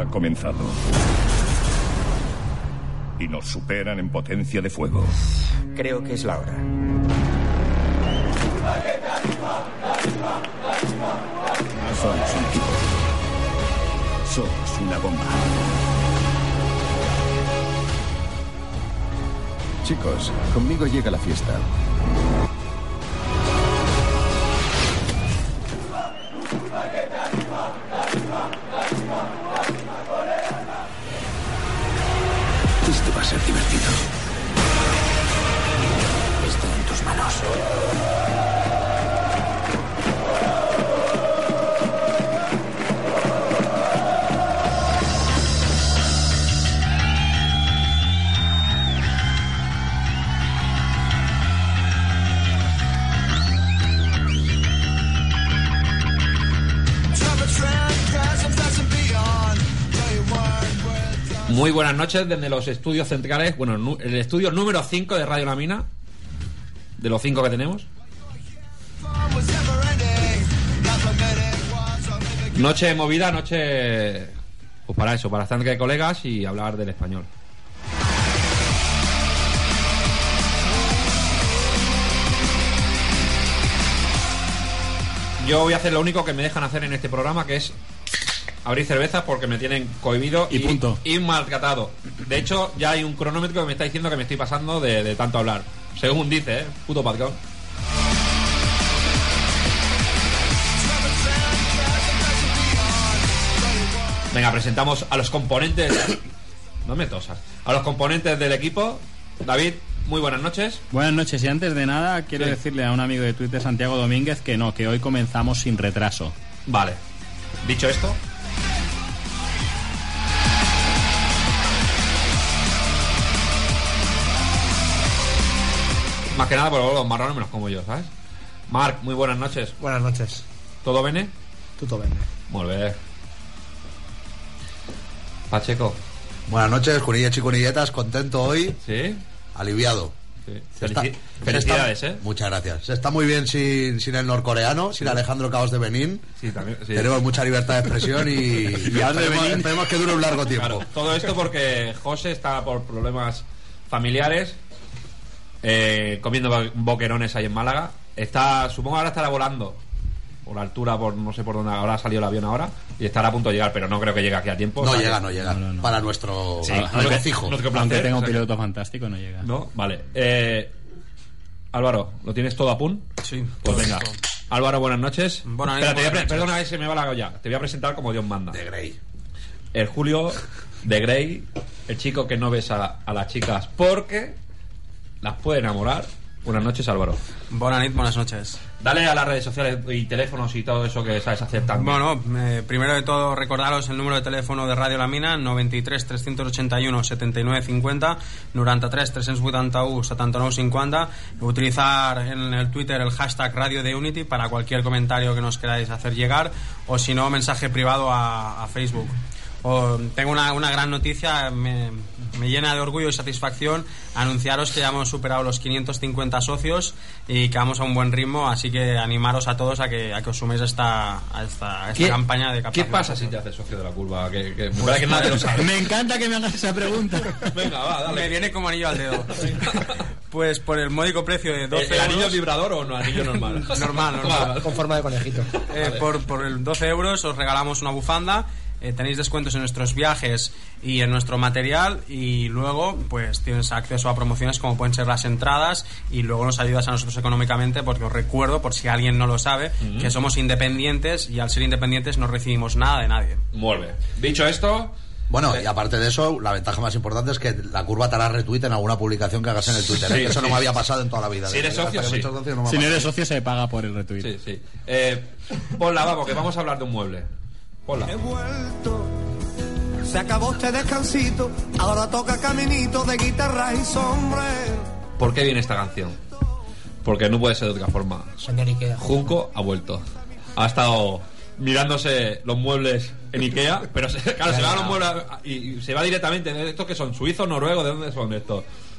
ha comenzado. Y nos superan en potencia de fuego. Creo que es la hora. No somos un equipo. Somos una bomba. Chicos, conmigo llega la fiesta. Esto va a ser divertido. Está en tus manos. Muy buenas noches desde los estudios centrales. Bueno, el estudio número 5 de Radio La Mina. De los 5 que tenemos. Noche movida, noche... Pues para eso, para estar entre colegas y hablar del español. Yo voy a hacer lo único que me dejan hacer en este programa, que es abrir cervezas porque me tienen cohibido y punto. Y maltratado. De hecho, ya hay un cronómetro que me está diciendo que me estoy pasando de tanto hablar. Según dice, puto patrón. Venga, presentamos a los componentes. No me tosas. A los componentes del equipo. David, muy buenas noches. Buenas noches, y antes de nada quiero decirle a un amigo de Twitter, Santiago Domínguez, que no, que hoy comenzamos sin retraso. Vale. Dicho esto, más que nada por los marrones me los como yo, ¿sabes? Marc, muy buenas noches. Buenas noches. ¿Todo bene? Tutto bene. Muy bien. Pacheco. Buenas noches, cunilletes y cunilletas, contento hoy. ¿Sí? Aliviado. Sí. Felicidades, ¿eh? Muchas gracias. Se está muy bien sin el norcoreano, sin Alejandro Caos de Benín. Sí, también. Sí. Tenemos mucha libertad de expresión y esperemos que dure un largo tiempo. Claro, todo esto porque José está por problemas familiares, comiendo boquerones ahí en Málaga. Supongo ahora estará volando por la altura, por no sé por dónde ahora ha salido el avión ahora, y estará a punto de llegar, pero no creo que llegue aquí a tiempo. No llega. No. Para nuestro regocijo. Aunque tenga un piloto fantástico, no llega. No, vale. Álvaro, ¿lo tienes todo a punto? Sí. Pues venga. Álvaro, buenas noches. Espera, perdona que se me va la olla. Te voy a presentar como Dios manda. De Grey. El Julio de Grey, el chico que no besa a las chicas porque las puede enamorar. Buenas noches, Álvaro. Buenas noches. Dale a las redes sociales y teléfonos y todo eso que sabes hacer tan bien. Bueno, primero de todo recordaros el número de teléfono de Radio La Mina, 93 381 79 50, 93 381 79 50. Utilizar en el Twitter el hashtag Radio de Unity para cualquier comentario que nos queráis hacer llegar, o si no, mensaje privado a Facebook. Tengo una gran noticia, me llena de orgullo y satisfacción anunciaros que ya hemos superado los 550 socios y que vamos a un buen ritmo, así que animaros a todos a que os suméis a esta campaña de captación. ¿Qué pasa si te haces socio de la curva? Que me parece que nadie lo sabe. Me encanta que me hagas esa pregunta. Venga, va, dale. Me viene como anillo al dedo. Pues por el módico precio de 12 ¿El euros... anillo vibrador o no? Anillo normal. normal. Con forma de conejito. Por el 12 euros os regalamos una bufanda. Tenéis descuentos en nuestros viajes y en nuestro material, y luego pues tienes acceso a promociones como pueden ser las entradas, y luego nos ayudas a nosotros económicamente, porque os recuerdo, por si alguien no lo sabe, que somos independientes, y al ser independientes no recibimos nada de nadie. Muy bien. Dicho esto... Bueno, y aparte de eso, la ventaja más importante es que la curva te hará retweet en alguna publicación que hagas en el Twitter. Eso no me había pasado en toda la vida. Si eres socio, sí. Si no eres socio, se paga por el retweet. Sí. Ponla, va, porque vamos a hablar de un mueble. Hola. He vuelto, se acabó este descansito, ahora toca caminito de guitarra y sombrero. ¿Por qué viene esta canción? Porque no puede ser de otra forma. Señor Ikea. Junco ha vuelto. Ha estado mirándose los muebles en Ikea, pero claro, se va a los muebles y se va directamente. ¿Estos que son? ¿Suizos, noruegos? ¿De dónde son estos?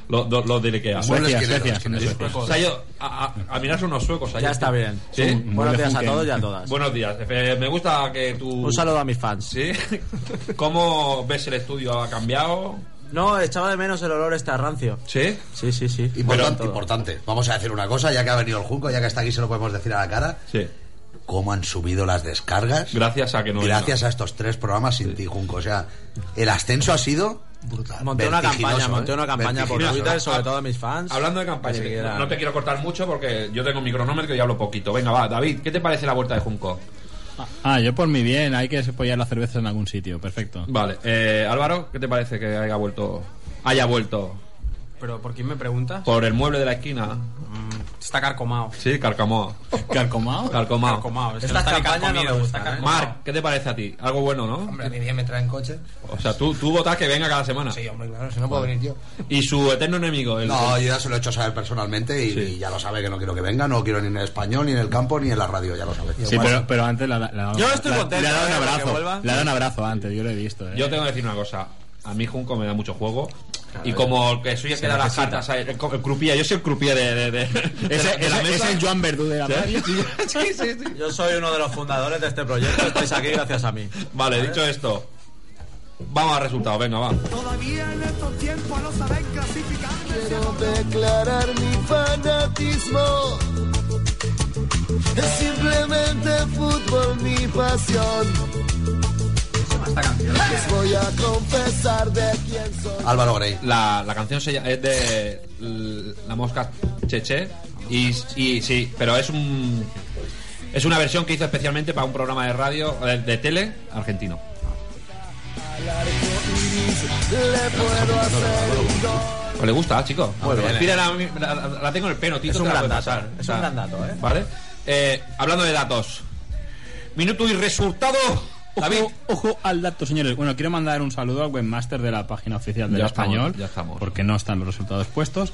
Los de Ikea. Muebles Suecia, quineros, Suecia. O sea, yo a mirarse unos suecos. Ya está bien. ¿Sí? Buenos días a todos y a todas. Buenos días. Me gusta que tú... Un saludo a mis fans. ¿Sí? ¿Cómo ves el estudio? ¿Ha cambiado? No, echaba de menos el olor a rancio. ¿Sí? Sí. Importante. Vamos a decir una cosa, ya que ha venido el Junco, ya que está aquí se lo podemos decir a la cara. Sí. Cómo han subido las descargas. Gracias a que no. Gracias a estos 3 programas sin ti, Junco. O sea, el ascenso ha sido brutal. Monté una campaña por Twitter, sobre todo a mis fans. Hablando de campaña, no te quiero cortar mucho porque yo tengo mi cronómetro y hablo poquito. Venga, va, David, ¿qué te parece la vuelta de Junco? Yo por mi bien, hay que apoyar la cerveza en algún sitio, perfecto. Vale, Álvaro, ¿qué te parece que haya vuelto? ¿Pero por quién me preguntas? Por el mueble de la esquina. Está carcomado. Sí, carcomado. Carcomado. Esta campaña no me gusta, Marc, ¿qué te parece a ti? Algo bueno, ¿no? Hombre, a mí bien me traen coche. O sea, tú votas que venga cada semana. Sí, hombre, claro, si no puedo venir yo. Y su eterno enemigo. No, yo ya se lo he hecho saber personalmente y ya lo sabe que no quiero que venga. No quiero ni en el Español, ni en el campo, ni en la radio, ya lo sabe. Sí, pero antes yo estoy contento. Le ha dado un abrazo. Le ha dado un abrazo antes, yo lo he visto. Yo tengo que decir una cosa. A mí Junco me da mucho juego. Y como que soy el que da las cartas, el croupier, yo soy el croupier de es el Joan Verdú de la radio. Sí. Yo soy uno de los fundadores de este proyecto. Estáis aquí gracias a mí. Vale, dicho esto, vamos al resultado, venga, va. Todavía en estos tiempos no saben clasificar. Quiero declarar mi fanatismo. Es simplemente fútbol mi pasión. Les voy a confesar de quién soy. Álvaro Grey. La canción es de La Mosca Cheche y sí, pero es una versión que hizo especialmente para un programa de radio de tele argentino. ¿Os le gusta, chicos? Muy bien. Mira, la tengo en el pelo, Es un gran dato. Es un gran dato, ¿Vale? Hablando de datos. Minuto y resultado. David. Ojo al dato, señores. Bueno, quiero mandar un saludo al webmaster de la página oficial del Español. Ya estamos. Porque no están los resultados puestos.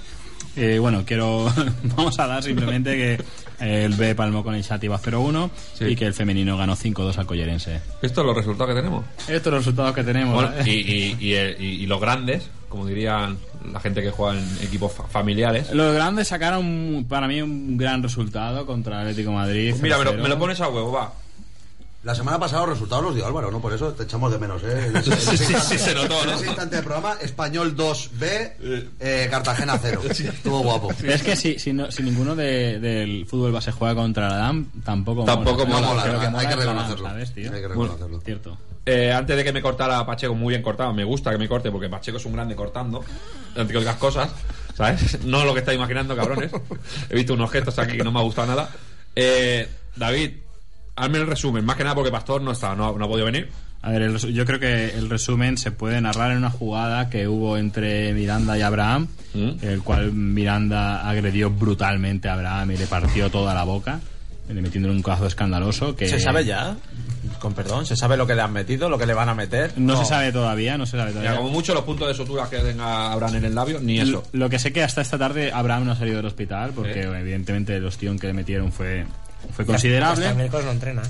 Vamos a dar simplemente que el B palmó con el Iniciativa 0-1 y que el femenino ganó 5-2 al Collerense. ¿Estos son los resultados que tenemos? Estos son los resultados que tenemos. Bueno, y los grandes, como dirían la gente que juega en equipos familiares. Los grandes sacaron para mí un gran resultado contra el Atlético de Madrid. Mira, me lo pones a huevo, va. La semana pasada los resultados los dio Álvaro, ¿no? Por eso te echamos de menos, ¿eh? Sí, se notó, ¿no? En ese instante de programa, Español 2B, Cartagena 0. Estuvo guapo. Es que si ninguno del fútbol base juega contra la DAM, tampoco mola. Hay que reconocerlo. ¿Sabes, tío? Hay que reconocerlo. Cierto. Antes de que me cortara Pacheco, muy bien cortado, me gusta que me corte porque Pacheco es un grande cortando, entre otras cosas, ¿sabes? No lo que estáis imaginando, cabrones. He visto unos gestos aquí que no me ha gustado nada. David, hazme el resumen, más que nada porque Pastor no ha podido venir. A ver, yo creo que el resumen se puede narrar en una jugada que hubo entre Miranda y Abraham, el cual Miranda agredió brutalmente a Abraham y le partió toda la boca, metiéndole un cazo escandaloso. Que ¿se sabe ya? Con perdón, ¿se sabe lo que le han metido, lo que le van a meter? No se sabe todavía, Ya, como mucho los puntos de sutura que tenga Abraham en el labio, ni eso. Lo que sé que hasta esta tarde Abraham no ha salido del hospital porque evidentemente el ostión que le metieron fue considerable. Hasta el miércoles no entrena.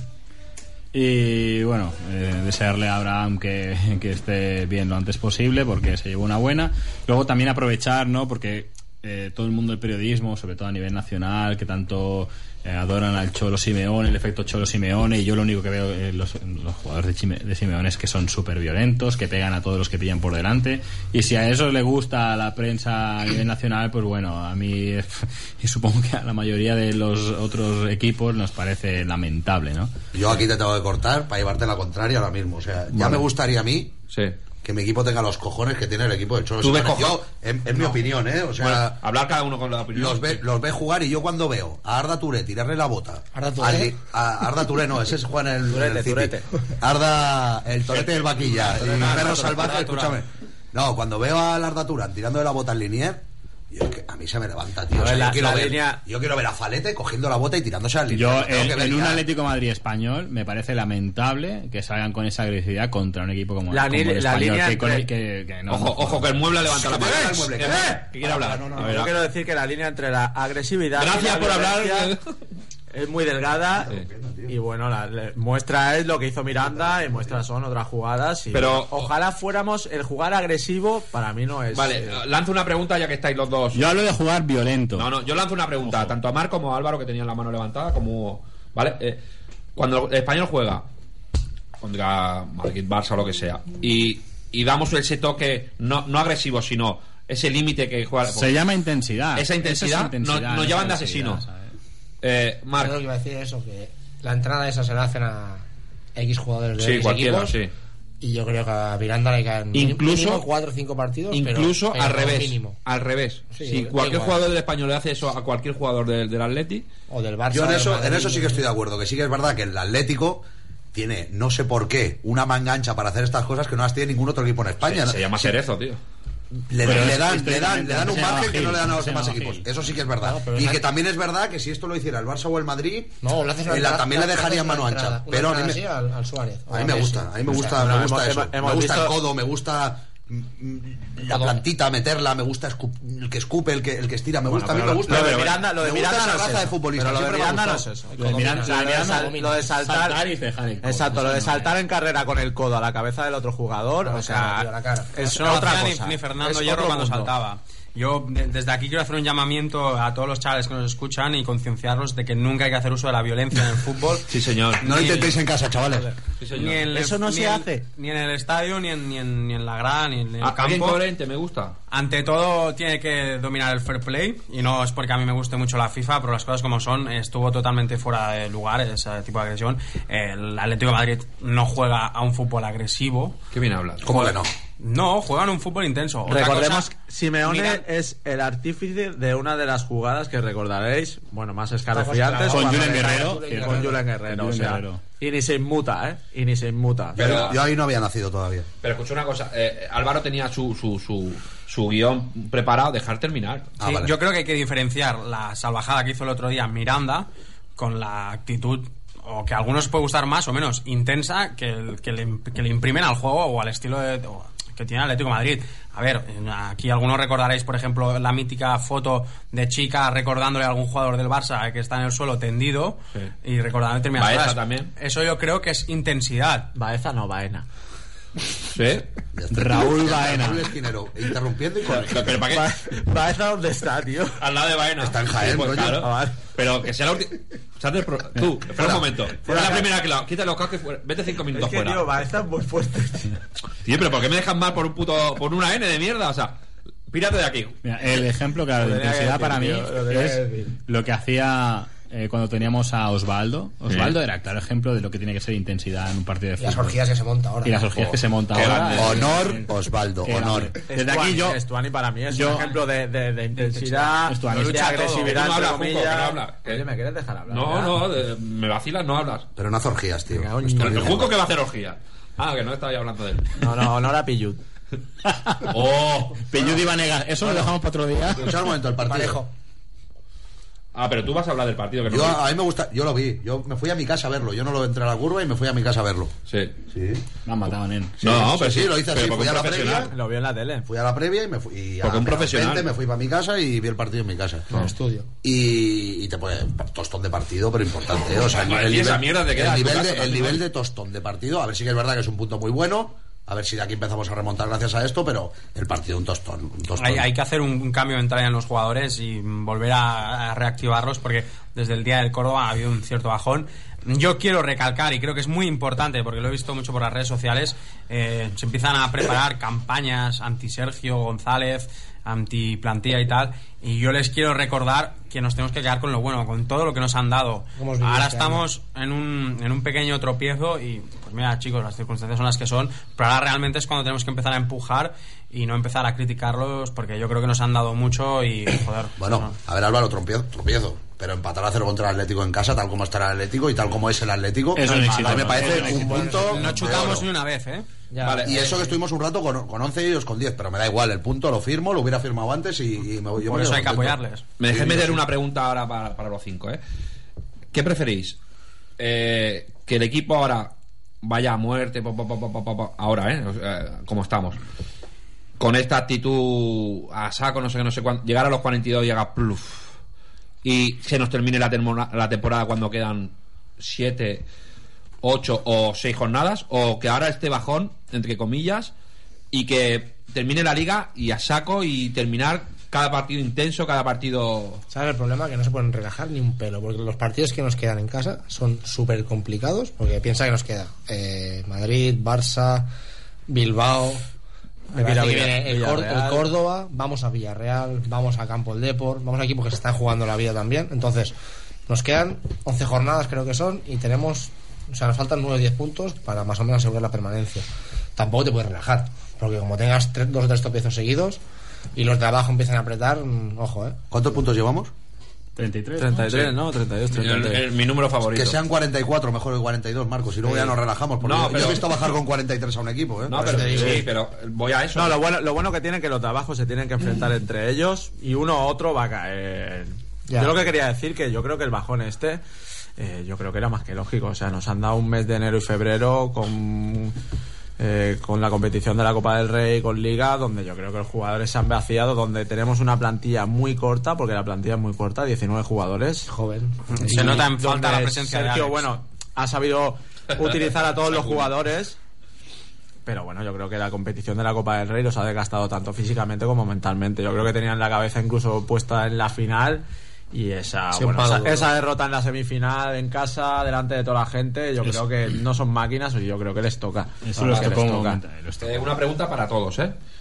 Y bueno, desearle a Abraham que esté bien lo antes posible porque se llevó una buena. Luego también aprovechar, ¿no? Porque todo el mundo del periodismo, sobre todo a nivel nacional, que tanto adoran al Cholo Simeone, el efecto Cholo Simeone, y yo lo único que veo los jugadores de Simeone es que son súper violentos, que pegan a todos los que pillan por delante, y si a eso le gusta a la prensa a nivel nacional, pues bueno, a mí y supongo que a la mayoría de los otros equipos nos parece lamentable, ¿no? Yo aquí te tengo que cortar para llevarte la contraria ahora mismo, o sea, ya me gustaría a mí que mi equipo tenga los cojones que tiene el equipo del Cholo Simeone. Yo, en mi opinión, o sea, bueno, hablar cada uno con la opinión. Los ve jugar y yo cuando veo a Arda Touré tirarle la bota a Arda Touré, no, ese es Juan el Turete. Arda, el Torete del Vaquilla, el perro salvaje, escúchame. No, cuando veo a Arda Turán tirando la bota al Linier, a mí se me levanta, tío. O sea, yo quiero ver a Falete cogiendo la bota y tirándose al Linier. En un Atlético Madrid español me parece lamentable que salgan con esa agresividad contra un equipo como el Español. Ojo, que el mueble levanta la mano. ¿Qué quiere hablar? Yo quiero decir que la línea entre la agresividad... Gracias por hablar. Es muy delgada. Sí. Y bueno, muestra es lo que hizo Miranda y muestra son otras jugadas. Y pero ojalá fuéramos el jugar agresivo, para mí no es. Vale, lanzo una pregunta ya que estáis los dos. Yo hablo de jugar violento. No, yo lanzo una pregunta, tanto a Marc como a Álvaro, que tenían la mano levantada, como. ¿Vale? Cuando el español juega contra Madrid, Barça o lo que sea, y damos ese toque, no agresivo, sino ese límite que juega. Se llama intensidad. Esa intensidad, nos llevan de asesinos. Marc. Yo creo que iba a decir eso, que la entrada esa se la hacen a X jugadores de X cualquiera, equipos. sí. Y yo creo que a Miranda le caen mínimo 4 o 5 partidos. Incluso pero al revés. Mínimo. Al revés. Sí, si cualquier jugador del español le hace eso a cualquier jugador del Atleti o del Barça. Yo en eso sí que estoy de acuerdo. Que sí que es verdad que el Atlético tiene, no sé por qué, una manga ancha para hacer estas cosas que no las tiene ningún otro equipo en España. Se llama Cerezo, tío. Le dan un margen que no le dan a los demás equipos. Eso sí que es verdad. Y que también es verdad que si esto lo hiciera el Barça o el Madrid, también le dejarían mano ancha. Pero a mí al Suárez. A mí me gusta eso. Me gusta el codo, me gusta la plantita, meterla, me gusta el que escupe, el que estira, me gusta, a mí me gusta. Lo de Miranda no esa raza de futbolista. Pero lo de Miranda no es eso. Lo de saltar, exacto, lo de saltar en carrera con el codo a la cabeza del otro jugador, o sea, es otra cosa. Ni Fernando Hierro cuando saltaba. Yo desde aquí quiero hacer un llamamiento a todos los chavales que nos escuchan y concienciarlos de que nunca hay que hacer uso de la violencia en el fútbol. Sí, señor. No lo intentéis en casa, chavales. Sí, señor. Eso no se hace. Ni en el estadio, ni en la grada, ni en el campo. Alguien coherente, me gusta. Ante todo tiene que dominar el fair play, y no es porque a mí me guste mucho la FIFA, pero las cosas como son, estuvo totalmente fuera de lugar ese tipo de agresión. El Atlético de Madrid no juega a un fútbol agresivo. ¿Qué bien hablas? ¿Cómo que no? No, juegan un fútbol intenso. Recordemos que Simeone es el artífice de una de las jugadas que recordaréis, bueno, más escalofriantes, con Julen Guerrero. Con Julen Guerrero, o sea, y ni se inmuta, y ni se inmuta. Pero yo ahí no había nacido todavía. Pero escucha una cosa, Álvaro tenía su guión preparado, dejar terminar. Sí, vale. yo creo que hay que diferenciar la salvajada que hizo el otro día Miranda con la actitud, o que a algunos puede gustar más o menos intensa, que le imprimen al juego o al estilo que tiene el Atlético de Madrid. A ver, aquí algunos recordaréis, por ejemplo, la mítica foto de Chica recordándole a algún jugador del Barça que está en el suelo tendido, sí, y recordando determinadas Baeza cosas. También. Eso yo creo que es intensidad. Baeza no, Baena. ¿Sí? Raúl Baena. Raúl Esquinero, interrumpiendo y corrigiendo. ¿Pero para qué? ¿Baeza dónde está, tío? Al lado de Baena. Está en Jaén, pues, coño. Claro. Pero que sea la última. Tú, espera un momento. Fuera la primera que quita los cascos y fuera. Vete 5 minutos es que, fuera. Tío, Baeza es muy fuerte. Tío, pero ¿por qué me dejan mal por una N de mierda? O sea, pírate de aquí. Mira, el ejemplo, claro, de intensidad para mí es lo que hacía cuando teníamos a Osvaldo. Osvaldo era claro ejemplo de lo que tiene que ser intensidad en un partido de fútbol. Y las orgías que se monta ahora. Y las orgías que se monta ahora. Honor, Osvaldo, honor. Desde aquí yo... Estuani para mí es un ejemplo de intensidad, de agresividad, entre comillas. Oye, ¿me quieres dejar hablar? No, me vacilas, no hablas. Pero no hace orgías, tío. El Junco que va a hacer orgías. Que no estaba ya hablando de él. No, honor a Pillut. Pillut y Vanegas. Eso lo dejamos para otro día. Escucha un momento, el partido. Parejo. Pero tú vas a hablar del partido que no. A mí me gusta, yo lo vi. Yo me fui a mi casa a verlo. Yo no lo entré a la curva y me fui a mi casa a verlo. Sí. Me han matado, nen. No, pero sí, lo hice así. Fui a la previa. Lo vi en la tele. Fui a la previa y me fui. Y porque un profesional. Me fui para mi casa y vi el partido en mi casa. En el estudio. Y te puede. Tostón de partido, pero importante. O sea, el nivel de tostón de partido. A ver si que es verdad que es un punto muy bueno. A ver si de aquí empezamos a remontar gracias a esto, pero el partido un tostón. Hay que hacer un cambio de entrada en los jugadores y volver a reactivarlos, porque desde el día del Córdoba ha habido un cierto bajón. Yo quiero recalcar, y creo que es muy importante, porque lo he visto mucho por las redes sociales, se empiezan a preparar campañas anti-Sergio González, anti-plantilla y tal, y yo les quiero recordar que nos tenemos que quedar con lo bueno, con todo lo que nos han dado. Ahora estamos en un pequeño tropiezo y, pues mira, chicos, las circunstancias son las que son, pero ahora realmente es cuando tenemos que empezar a empujar y no empezar a criticarlos, porque yo creo que nos han dado mucho y, joder. Bueno, a ver, Álvaro, tropiezo. Pero empatar a 0 contra el Atlético en casa, tal como está el Atlético y tal como es el Atlético, eso me parece un punto. No chutamos ni una vez, Vale, y eso que estuvimos un rato con 11 y ellos con 10, pero me da igual, el punto lo firmo, lo hubiera firmado antes y me voy. Por eso hay que apoyarles. Me dejé meter una pregunta ahora para los 5, ¿Qué preferís? Que el equipo ahora vaya a muerte, ahora, como estamos, con esta actitud a saco, no sé cuánto, llegar a los 42 y haga pluf, y se nos termine la temporada cuando quedan 7, 8 o 6 jornadas, o que ahora esté bajón, entre comillas, y que termine la liga y a saco y terminar cada partido intenso, cada partido... ¿Sabes el problema? Que no se pueden relajar ni un pelo, porque los partidos que nos quedan en casa son súper complicados, porque piensa que nos queda Madrid, Barça, Bilbao, el Córdoba, vamos a Villarreal, vamos a Campo el Depor, vamos a equipos que se están jugando la vida también. Entonces nos quedan 11 jornadas creo que son, y tenemos, o sea, nos faltan 9 o 10 puntos para más o menos asegurar la permanencia. Tampoco te puedes relajar, porque como tengas 2 o 3 tropiezos seguidos y los de abajo empiezan a apretar, ojo, ¿Cuántos puntos llevamos? 33, ¿no? 32, 33. Mi número favorito. Que sean 44, mejor que 42, Marcos. Y luego ya nos relajamos. Porque yo he visto bajar con 43 a un equipo, No, pero sí, pero voy a eso. No, lo bueno que tienen que los de abajo se tienen que enfrentar entre ellos y uno u otro va a caer. Ya. Yo lo que quería decir que yo creo que el bajón yo creo que era más que lógico. O sea, nos han dado un mes de enero y febrero con la competición de la Copa del Rey, con Liga, donde yo creo que los jugadores se han vaciado, donde tenemos una plantilla muy corta, porque la plantilla es muy corta, 19 jugadores. Joven. Se nota en falta la presencia Sergio, de Alex. Bueno, ha sabido utilizar a todos los jugadores, pero bueno, yo creo que la competición de la Copa del Rey los ha desgastado tanto físicamente como mentalmente. Yo creo que tenían la cabeza incluso puesta en la final. Y esa derrota en la semifinal en casa delante de toda la gente, yo creo que no son máquinas, y yo creo que les toca. Eso les toca. Una pregunta para todos,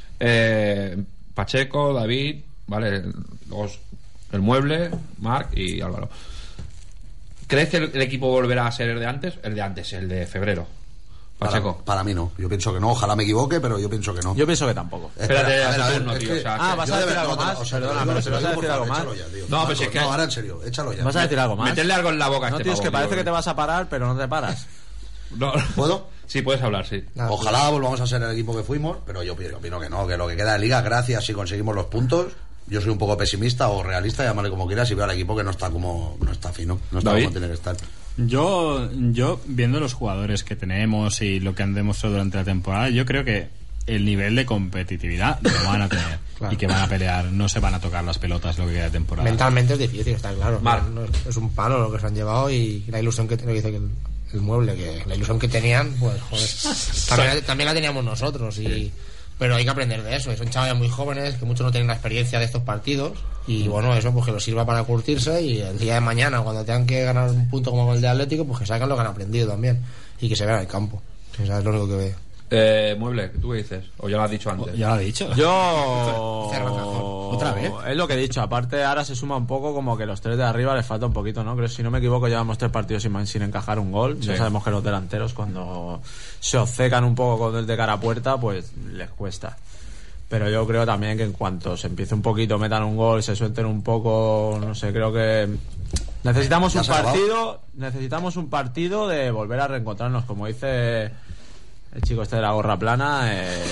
Pacheco, David, vale, el Mueble, Marc y Álvaro. ¿Crees que el equipo volverá a ser el de antes? El de febrero. Pacheco. Para mí no. Yo pienso que no. Ojalá me equivoque, pero yo pienso que no. Yo pienso que tampoco. Espérate, a ver, turno, tío. ¿vas a decir algo más? Perdona, pero si vas a decir algo más. No, pues es que... No, ahora en serio, échalo ya. ¿Vas a decir algo más? Meterle algo en la boca a este tío, es que parece que te vas a parar, pero no te paras. No. ¿Puedo? Sí, puedes hablar, sí. Ojalá volvamos a ser el equipo que fuimos, pero yo opino que no, que lo que queda de liga, gracias si conseguimos los puntos. Yo soy un poco pesimista o realista, llámale como quieras, y veo al equipo que no está fino, no está como tiene que estar. Yo viendo los jugadores que tenemos y lo que han demostrado durante la temporada, yo creo que el nivel de competitividad lo van a tener. Claro. Y que van a pelear, no se van a tocar las pelotas lo que queda de temporada. Mentalmente es difícil, está claro. Es un palo lo que se han llevado, y la ilusión que dice que el Mueble, que la ilusión que tenían, pues joder, también la teníamos nosotros, pero hay que aprender de eso. Son chavales muy jóvenes que muchos no tienen la experiencia de estos partidos, y bueno, eso pues que los sirva para curtirse, y el día de mañana cuando tengan que ganar un punto como el de Atlético, pues que sacan lo que han aprendido también y que se vean en el campo. O sea, es lo único que veo. Mueble, ¿tú qué dices? ¿O ya lo has dicho antes? Ya lo he dicho. ¿Otra vez? Es lo que he dicho. Aparte, ahora se suma un poco como que los 3 de arriba les falta un poquito, ¿no? Creo que si no me equivoco llevamos 3 partidos sin encajar un gol. Sí. Ya sabemos que los delanteros cuando se obcecan un poco con el de cara a puerta, pues les cuesta. Pero yo creo también que en cuanto se empiece un poquito, metan un gol, se suelten un poco, no sé, creo que necesitamos un partido de volver a reencontrarnos, como dice el chico este de la gorra plana.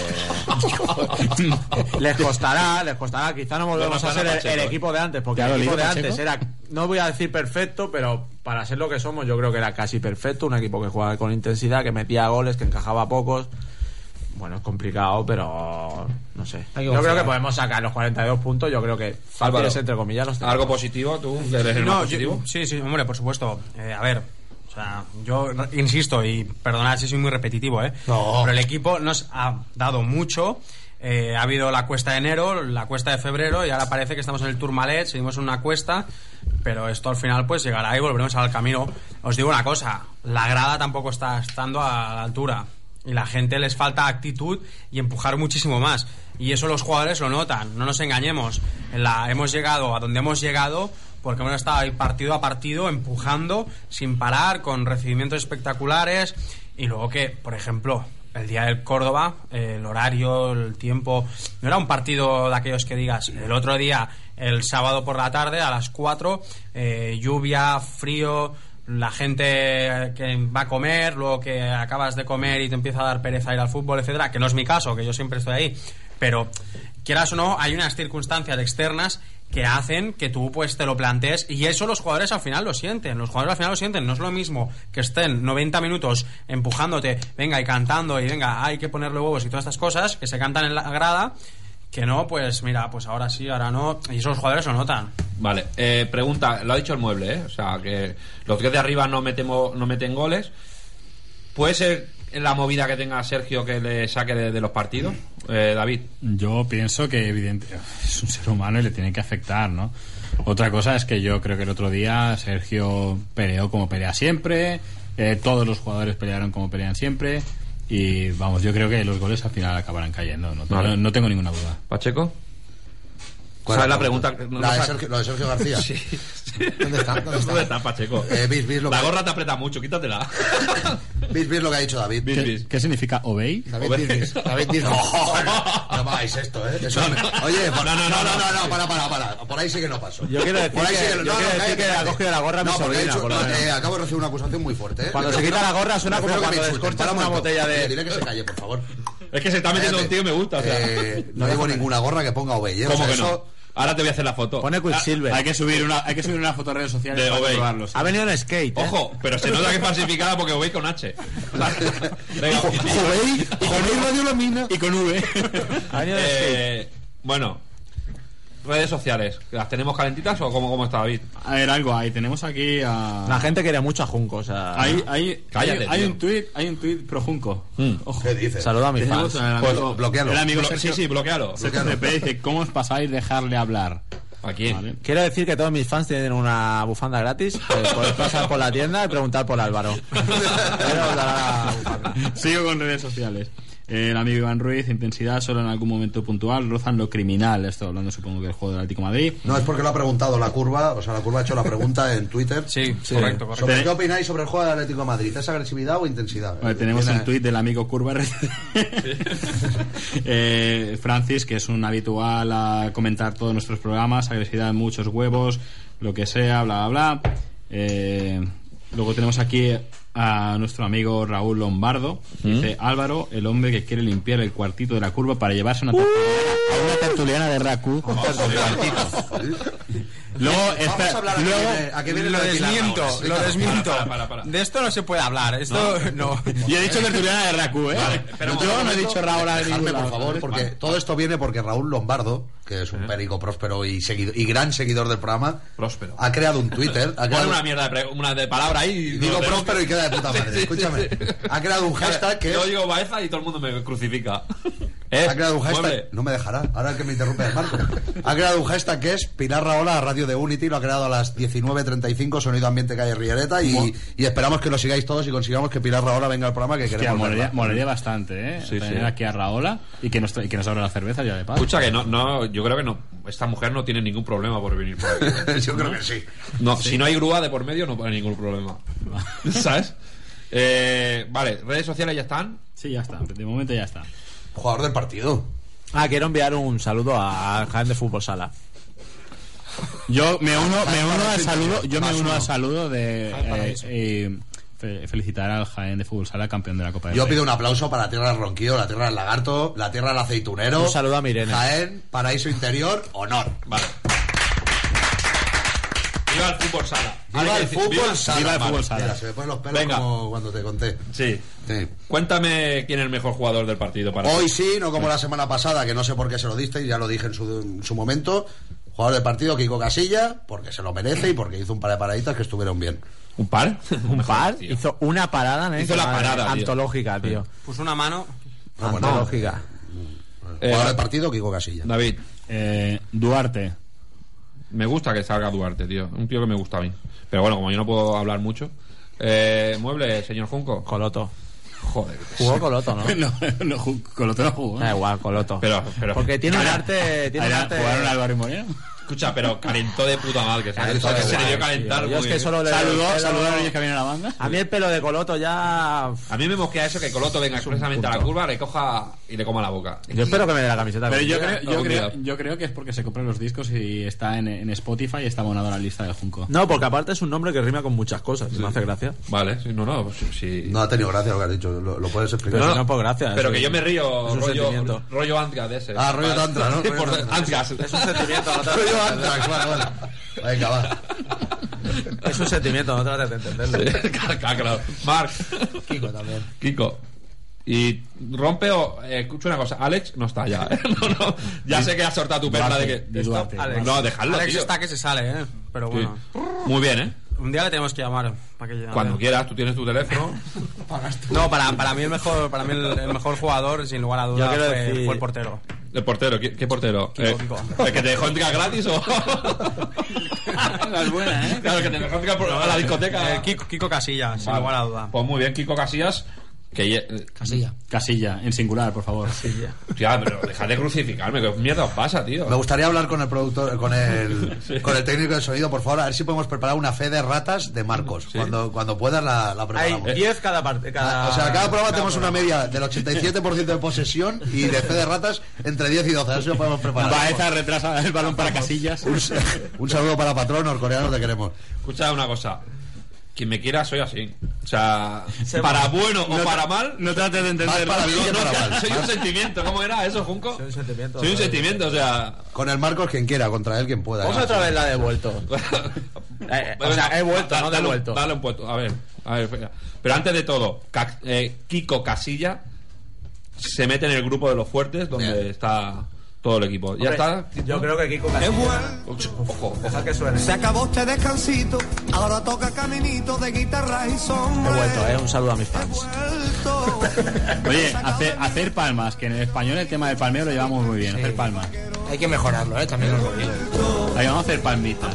les costará, quizá no volvemos a ser el equipo de antes, porque el equipo de antes era, no voy a decir perfecto, pero para ser lo que somos yo creo que era casi perfecto, un equipo que jugaba con intensidad, que metía goles, que encajaba pocos. Bueno, es complicado, pero no sé. Yo creo que podemos sacar los 42 puntos. Yo creo que fáciles, entre comillas, los tenemos. ¿Algo positivo? ¿Tú eres el más positivo? Sí, hombre, por supuesto. A ver, o sea, yo insisto, y perdonad si soy muy repetitivo, no. Pero el equipo nos ha dado mucho. Ha habido la cuesta de enero, la cuesta de febrero, y ahora parece que estamos en el Tourmalet, seguimos en una cuesta, pero esto al final pues llegará y volveremos al camino. Os digo una cosa, la grada tampoco está estando a la altura. Y la gente les falta actitud y empujar muchísimo más. Y eso los jugadores lo notan, no nos engañemos. Hemos llegado a donde hemos llegado porque hemos estado ahí partido a partido empujando sin parar, con recibimientos espectaculares. Y luego que, por ejemplo, el día del Córdoba, el horario, el tiempo, no era un partido de aquellos que digas, el otro día, el sábado por la tarde a las 4, lluvia, frío, la gente que va a comer, luego que acabas de comer y te empieza a dar pereza ir al fútbol, etcétera, que no es mi caso, que yo siempre estoy ahí, pero quieras o no, hay unas circunstancias externas que hacen que tú pues te lo plantees, y eso los jugadores al final lo sienten. No es lo mismo que estén 90 minutos empujándote, venga, y cantando, y venga, hay que ponerle huevos y todas estas cosas que se cantan en la grada, Que no, pues mira, pues ahora sí, ahora no. Y esos jugadores lo notan. Vale, pregunta, lo ha dicho el mueble, o sea, que los 10 de arriba no meten goles. ¿Puede ser la movida que tenga Sergio que le saque de los partidos? David. Yo pienso que evidentemente es un ser humano y le tiene que afectar, ¿no? Otra cosa es que yo creo que el otro día Sergio peleó como pelea siempre, todos los jugadores pelearon como pelean siempre y vamos, yo creo que los goles al final acabarán cayendo, no tengo ninguna duda. ¿Pacheco? ¿Sabes la pregunta? Lo de Sergio García. Sí. ¿Dónde está, Pacheco? La gorra te aprieta mucho, quítatela. ¿Vis lo que ha dicho David? ¿Qué significa Obey? David Bisbis. No me hagáis esto, ¿eh? Eso, oye, no, para. Por ahí sí que no paso. Yo quiero decir que ha cogido la gorra a mi sobrina. Acabo de recibir una acusación muy fuerte, ¿eh? Cuando se quita la gorra suena como cuando descorchas una botella de... Dile que se calle, por favor. Es que se está metiendo contigo y me gusta, o sea. No llevo ninguna gorra que ponga Obey, ¿eh? ¿Cómo que no? Ahora te voy a hacer la foto. Pone Quicksilver. Hay que subir una foto a redes sociales de para Obey. probarlo. Ha venido en skate. Ojo, pero se nota que es falsificada porque Obey con H. Venga, Obey con Radio La Mina y con V. Ha venido en skate. Bueno, redes sociales, ¿las tenemos calentitas o cómo está David? A ver, algo hay. Tenemos aquí a... La gente quiere mucho a Junco, o sea... Hay un tuit pro Junco. Ojo. ¿Qué dices? Saluda a mis fans. Pues bloquealo. El amigo Sí, bloquealo. dice, ¿cómo os pasáis dejarle hablar? ¿A quién? Vale. Quiero decir que todos mis fans tienen una bufanda gratis. Podéis pasar por la tienda y preguntar por Álvaro. Sigo con redes sociales. El amigo Iván Ruiz, intensidad solo en algún momento puntual, rozan lo criminal. Estoy hablando, supongo, que del juego del Atlético de Madrid. No, es porque lo ha preguntado la curva. O sea, la curva ha hecho la pregunta en Twitter. Sí, correcto. ¿Sobre qué opináis sobre el juego del Atlético de Madrid? ¿Es agresividad o intensidad? Vale, tenemos un tuit del amigo Curva Francis, que es un habitual a comentar todos nuestros programas. Agresividad, muchos huevos, lo que sea, bla, bla, bla. Luego tenemos aquí a nuestro amigo Raúl Lombardo. Dice: Álvaro, el hombre que quiere limpiar el cuartito de la curva para llevarse una tertuliana de Raku. Luego, ¿a qué viene lo desmiento. Para. De esto no se puede hablar. Esto no. Yo he dicho tertuliana de Raku, ¿eh? Vale, pero yo no he dicho Raúl a ningún lado, por favor, porque todo esto viene porque Raúl Lombardo, que es un perico próspero y gran seguidor del programa, próspero, ha creado un Twitter. Pon una mierda de palabra ahí. Digo próspero y queda de puta madre. Escúchame. Ha creado un hashtag que... Yo digo Baeza y todo el mundo me crucifica. Ha creado un hashtag... No me dejará. Ahora que me interrumpe el Marco. Ha creado un hashtag que es Pilar Rahola a Radio de Unity. Lo ha creado a las 19:35, Sonido Ambiente Calle Rialeta. Y esperamos que lo sigáis todos y consigamos que Pilar Rahola venga al programa, que queremos verla. Molaría bastante, ¿eh? Tener aquí a Rahola y que nos abra la cerveza ya de paso. Escucha, que no, yo creo que no. Esta mujer no tiene ningún problema por venir por aquí. Yo creo que sí. No, sí. Si no hay grúa de por medio, no hay ningún problema. ¿Sabes? Vale, redes sociales ya están. Sí, ya está. De momento ya está. Jugador del partido. Quiero enviar un saludo a Jaén de Fútbol Sala. Yo me uno al saludo de felicitar al Jaén de Fútbol Sala, campeón de la Copa del Rey. Yo pido un aplauso para la tierra del Ronquillo, la tierra del Lagarto, la tierra del Aceitunero. Un saludo a Mirene. Jaén, paraíso interior, honor. Vale. Viva el Fútbol Sala. Viva el Fútbol Sala. Viva el Fútbol Sala. Mira, se me ponen los pelos como cuando te conté. Sí. Cuéntame quién es el mejor jugador del partido para hoy. Sí, no como la semana pasada, que no sé por qué se lo diste y ya lo dije en su momento. Jugador del partido, Kiko Casilla, porque se lo merece y porque hizo un par de paraditas que estuvieron bien. ¿Un par? ¿Un par? Tío. Hizo una parada, hizo la parada, antológica, tío. Puso una mano antológica. Jugador del partido, Kiko Casilla. David. Duarte. Me gusta que salga Duarte, tío. Un tío que me gusta a mí. Pero bueno, como yo no puedo hablar mucho. Mueble, señor Junco. Coloto. Joder. Jugó Coloto, ¿no? Coloto no jugó. Da igual, Coloto. Pero porque tiene un arte. ¿Jugaron Álvaro y Moreno? Escucha, pero calentó de puta madre, que se le dio calentar. Yo es que solo saludó a los niños que vienen a la banda. A mí el pelo de Coloto ya... A mí me mosquea eso, que Coloto venga expresamente a la curva, le coja y le coma la boca. Yo espero que me dé la camiseta. Pero yo creo que es porque se compran los discos y está en Spotify y está abonado a la lista del Junco. No, porque aparte es un nombre que rima con muchas cosas. Me hace gracia. Vale, sí, sí. No ha tenido gracia lo que has dicho, lo puedes explicar. Pero no por gracia. Pero que yo me río, rollo Antga de ese. Rollo Tantra, ¿no? Antgas. Es un sentimiento. Rollo Antras, vale. Venga, va. Es un sentimiento, no trates de entenderlo. Claro. Marc. Kiko también. Kiko. Y rompe o... escucha una cosa, Alex no está ya. No, ya sé que has soltado tu perla de que... Alex. No, dejadlo, Alex tío. está que se sale, pero bueno. Sí. Muy bien, Un día le tenemos que llamar para que cuando quieras, tú tienes tu teléfono. No, para mí el mejor jugador, sin lugar a dudas, fue el portero. ¿El portero? ¿Qué portero? Kiko. ¿El que te dejó entrar gratis o...? No es buena, ¿eh? Claro, el que te dejó entrar a la discoteca. Kiko Casillas, sin lugar a dudas. Pues muy bien, Kiko Casillas. Casilla, en singular, por favor. Casilla. Tía, pero dejad de crucificarme, ¿qué mierda os pasa, tío? Me gustaría hablar con el productor, con el técnico de sonido, por favor, a ver si podemos preparar una fe de ratas de Marcos. ¿Sí? Cuando puedas la preparamos. Hay 10 cada parte. O sea, cada programa tenemos una media del 87% de posesión y de fe de ratas entre 10 y 12. A ver si lo podemos preparar. Baeza retrasa el balón para Casillas. Un saludo para Patrón, norcoreano, te queremos. Escucha una cosa. Quien me quiera soy así. O sea, para bueno o para mal. No trates de entender. Para bien, para mal. Soy un sentimiento. ¿Cómo era eso, Junco? Soy un sentimiento. Soy un sentimiento, o sea. Con el Marcos quien quiera, contra él quien pueda. Vamos otra vez la he devuelto. O sea, he vuelto, no devuelto. Dale un puesto. A ver, espera. Pero antes de todo, Kiko Casilla se mete en el grupo de los fuertes donde está todo el equipo. ¿Ya está? Yo creo que Kiko Casilla. Ojo, deja que suene. Se acabó este descansito, ahora toca caminito de guitarra y sombra. He vuelto, un saludo a mis fans. Oye, hacer palmas, que en el español el tema del palmeo lo llevamos muy bien, hacer palmas. Hay que mejorarlo, también os lo digo. Ahí vamos a hacer palmitas.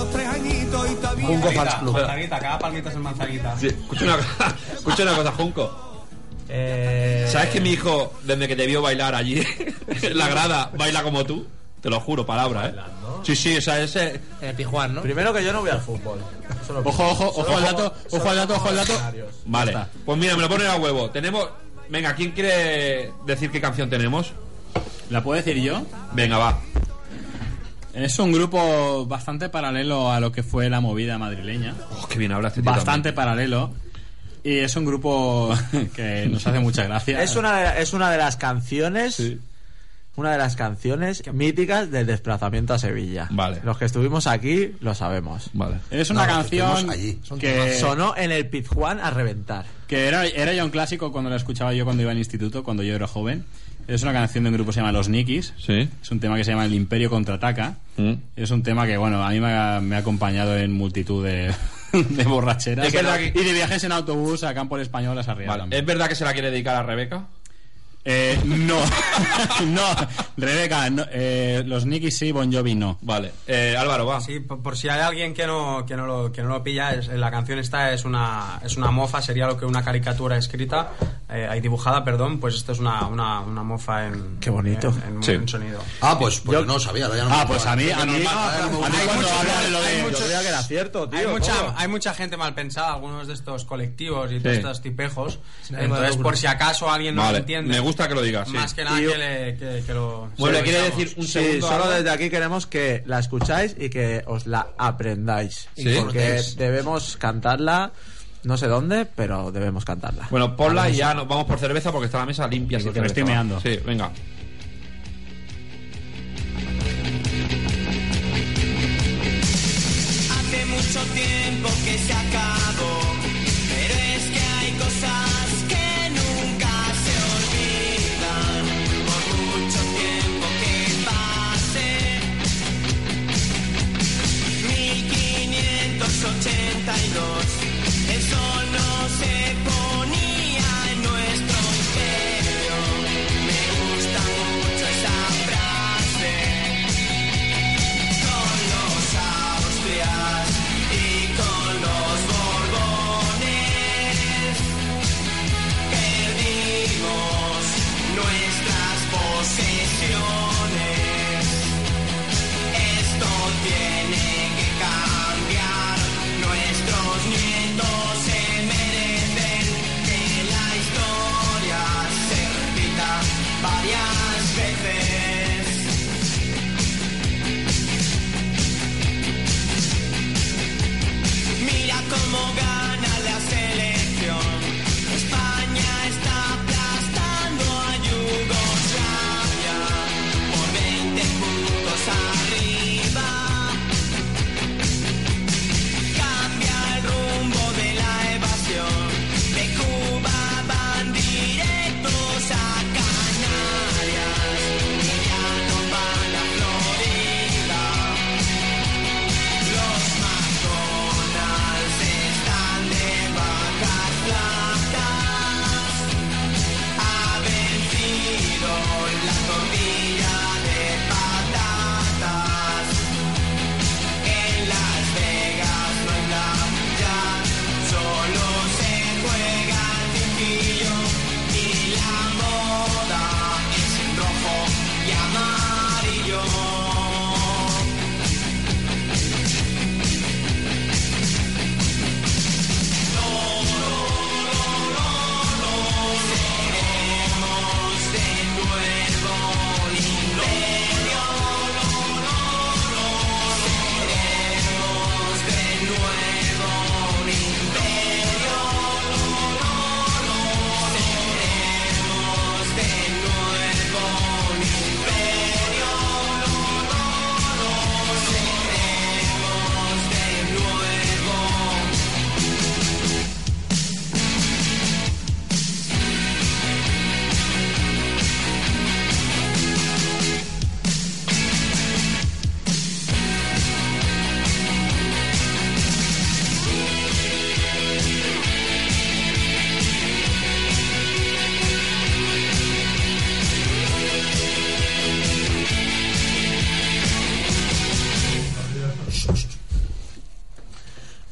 Junco Fans Club. Manzanita, cada palmita es en manzanita. Sí, escucha una cosa, Junco. ¿Sabes que mi hijo, desde que te vio bailar allí en la grada, baila como tú? Te lo juro, palabra, Sí, o sea, ese... En el Pijuán, ¿no? Primero que yo no voy al fútbol. Ojo al dato. Vale, pues mira, me lo ponen a huevo. Tenemos... Venga, ¿quién quiere decir qué canción tenemos? ¿La puedo decir yo? Venga, va. Es un grupo bastante paralelo a lo que fue la movida madrileña. Qué bien habla este tío. Bastante paralelo. Y es un grupo que nos hace mucha gracia. Es una de las canciones. Sí. Una de las canciones míticas del desplazamiento a Sevilla. Vale. Los que estuvimos aquí lo sabemos. Vale. Es una canción que sonó en el Pizjuán a reventar. Que era ya un clásico cuando la escuchaba yo cuando iba al instituto, cuando yo era joven. Es una canción de un grupo que se llama Los Nikis. Sí. Es un tema que se llama El Imperio Contraataca. Es un tema que, bueno, a mí me ha acompañado en multitud de borracheras y de viajes en autobús a Campo Español a Sarriá. Vale. ¿Es verdad que se la quiere dedicar a Rebeca? No. No, Rebeca, no, los Nikis sí, Bon Jovi no. Vale, Álvaro, va. Sí, por si hay alguien que no lo pilla, la canción esta es una mofa, sería lo que una caricatura escrita, dibujada, perdón, pues esto es una mofa en... Qué bonito. En sonido. Pues yo no sabía. Pues a mí cuando hablan lo de... Yo creía que era cierto, tío. Hay mucha gente mal pensada, algunos de estos colectivos y todos estos tipejos, entonces por si acaso alguien no lo entiende. Me gusta que lo digas, más que nada que lo... Bueno, quiere decir un segundo. Solo desde aquí queremos que la escucháis y que os la aprendáis. ¿Sí? Porque debemos cantarla, no sé dónde, pero debemos cantarla. Bueno, ponla y ya nos vamos por cerveza porque está la mesa limpia. Porque me estoy meando. Sí, venga. Hace mucho tiempo que se acabó, pero es que hay cosas que nunca se olvidan, por mucho tiempo que pase. 1582, el sol no se ponía en nuestro imperio. Me gusta mucho esa frase. Con los Austrias y con los Borbones perdimos nuestras posesiones. Esto tiene que cambiar. Nuestros nietos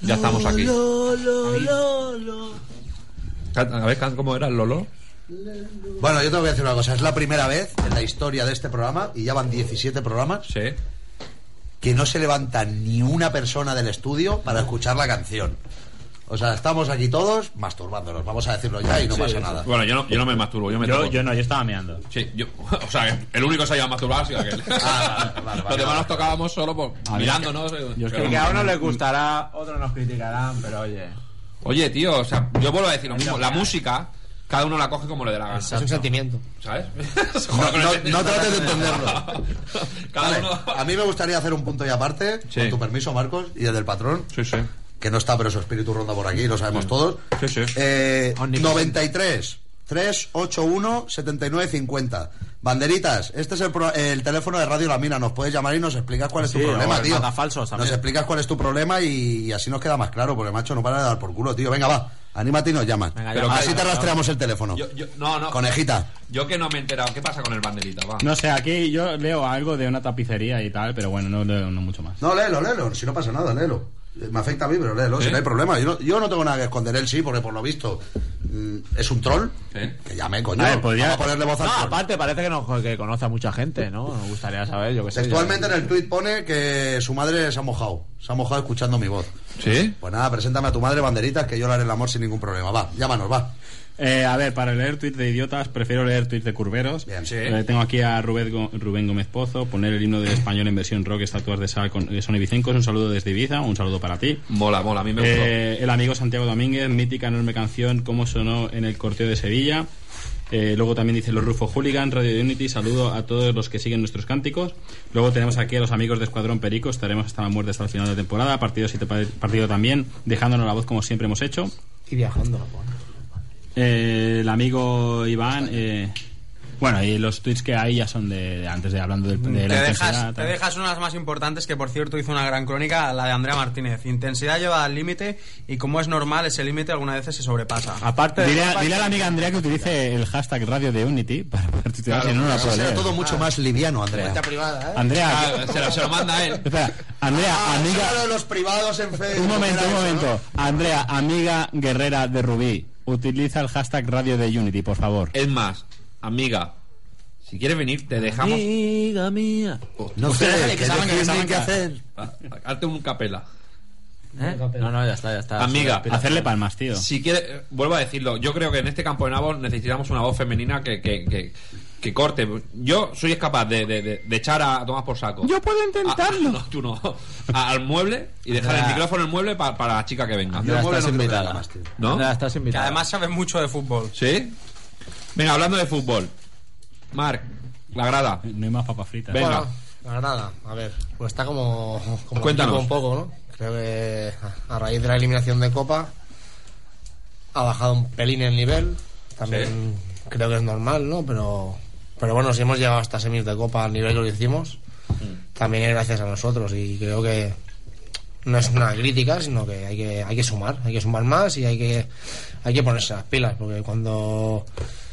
Ya estamos aquí. A ver, ¿cómo era el Lolo? Bueno, yo te voy a decir una cosa. Es la primera vez en la historia de este programa, y ya van 17 programas, sí, que no se levanta ni una persona del estudio para escuchar la canción. O sea, estamos aquí todos masturbándonos, vamos a decirlo ya, y no pasa nada. Bueno, yo no me masturbo, yo estaba meando. Sí, o sea, el único que se haya masturbado ha sido aquel. Vale, Los demás nos tocábamos solo mirándonos. Yo creo que a uno les gustará, otros nos criticarán, pero oye. Oye, tío, o sea, yo vuelvo a decir lo mismo. La música, cada uno la coge como le dé la gana. Es un sentimiento, ¿sabes? No trates de entenderlo. Cada uno... A mí me gustaría hacer un punto y aparte, con tu permiso, Marcos, y el del patrón. Sí. Que no está, pero su espíritu ronda por aquí, lo sabemos todos. Sí. 93 381 7950. Banderitas, este es el teléfono de Radio La Mina. Nos puedes llamar y nos explicas cuál es tu problema, tío. Nos explicas cuál es tu problema y así nos queda más claro, porque macho no para de dar por culo, tío. Venga, va, anímate y nos llamas. Pero así te rastreamos el teléfono. No. Conejita. Yo que no me he enterado. ¿Qué pasa con el Banderita? Va. No sé, aquí yo leo algo de una tapicería y tal, pero bueno, no leo mucho más. No, léelo. Si no pasa nada, léelo. Me afecta a mí, pero léelo, si no hay problema. Yo no tengo nada que esconder. Él sí, porque por lo visto es un troll. Que llame, coño. Vamos a ponerle voz al troll. Aparte, parece que conoce a mucha gente, ¿no? Me gustaría saber, yo qué sé. Textualmente en el tuit pone que su madre se ha mojado. Se ha mojado escuchando mi voz. ¿Sí? Pues nada, preséntame a tu madre, Banderitas, que yo le haré el amor sin ningún problema. Va, llámanos, va. A ver, para leer tweets de idiotas prefiero leer tweets de curveros. Bien, sí. Tengo aquí a Rubén Gómez Pozo. Poner el himno del español en versión rock, estatuas de sal con Sony Vicencos. Un saludo desde Ibiza, un saludo para ti. Mola, a mí me gustó. El amigo Santiago Domínguez, mítica enorme canción, cómo sonó en el corteo de Sevilla. Luego también dice los Rufo Hooligan, Radio de Unity, saludo a todos los que siguen nuestros cánticos. Luego tenemos aquí a los amigos de Escuadrón Perico, estaremos hasta la muerte hasta el final de temporada, partido también, dejándonos la voz como siempre hemos hecho. Y viajando, pues. El amigo Iván, bueno, y los tweets que hay ya son de antes de hablando de la intensidad. Te dejas una de las más importantes, que por cierto hizo una gran crónica, la de Andrea Martínez. Intensidad llevada al límite, y como es normal, ese límite algunas veces se sobrepasa. Aparte, dile a la amiga Andrea que utilice el hashtag Radio de Unity para poder tuitear, si no la puedo leer. Todo mucho más liviano, Andrea. Privada, Andrea, se lo manda a él. Espera, Andrea, amiga. Solo los privados en Facebook. Un momento. Andrea, amiga guerrera de Rubí, utiliza el hashtag Radio de Unity, por favor. Es más, amiga, si quieres venir, te dejamos. Amiga mía. No sé, que saben qué hacer. Hazte un capela. No, ya está. Amiga, hacerle palmas, tío. Si quieres, vuelvo a decirlo, yo creo que en este campo de nabos necesitamos una voz femenina que corte. Yo soy capaz de echar a Tomás por saco. Yo puedo intentarlo. No, tú no. Al mueble y dejar el micrófono en el mueble para la chica que venga. Ya estás invitada. ¿No? Ya estás invitada. Que además sabes mucho de fútbol. ¿Sí? Venga, hablando de fútbol. Marc, la grada. No hay más papas fritas. Venga. Bueno, la grada, a ver, pues está como Cuéntanos un poco, ¿no? Creo que a raíz de la eliminación de Copa ha bajado un pelín el nivel. También creo que es normal, ¿no? Pero bueno, si hemos llegado hasta semis de Copa al nivel que lo hicimos, también es gracias a nosotros, y creo que no es una crítica, sino que hay que sumar más, y hay que ponerse las pilas, porque cuando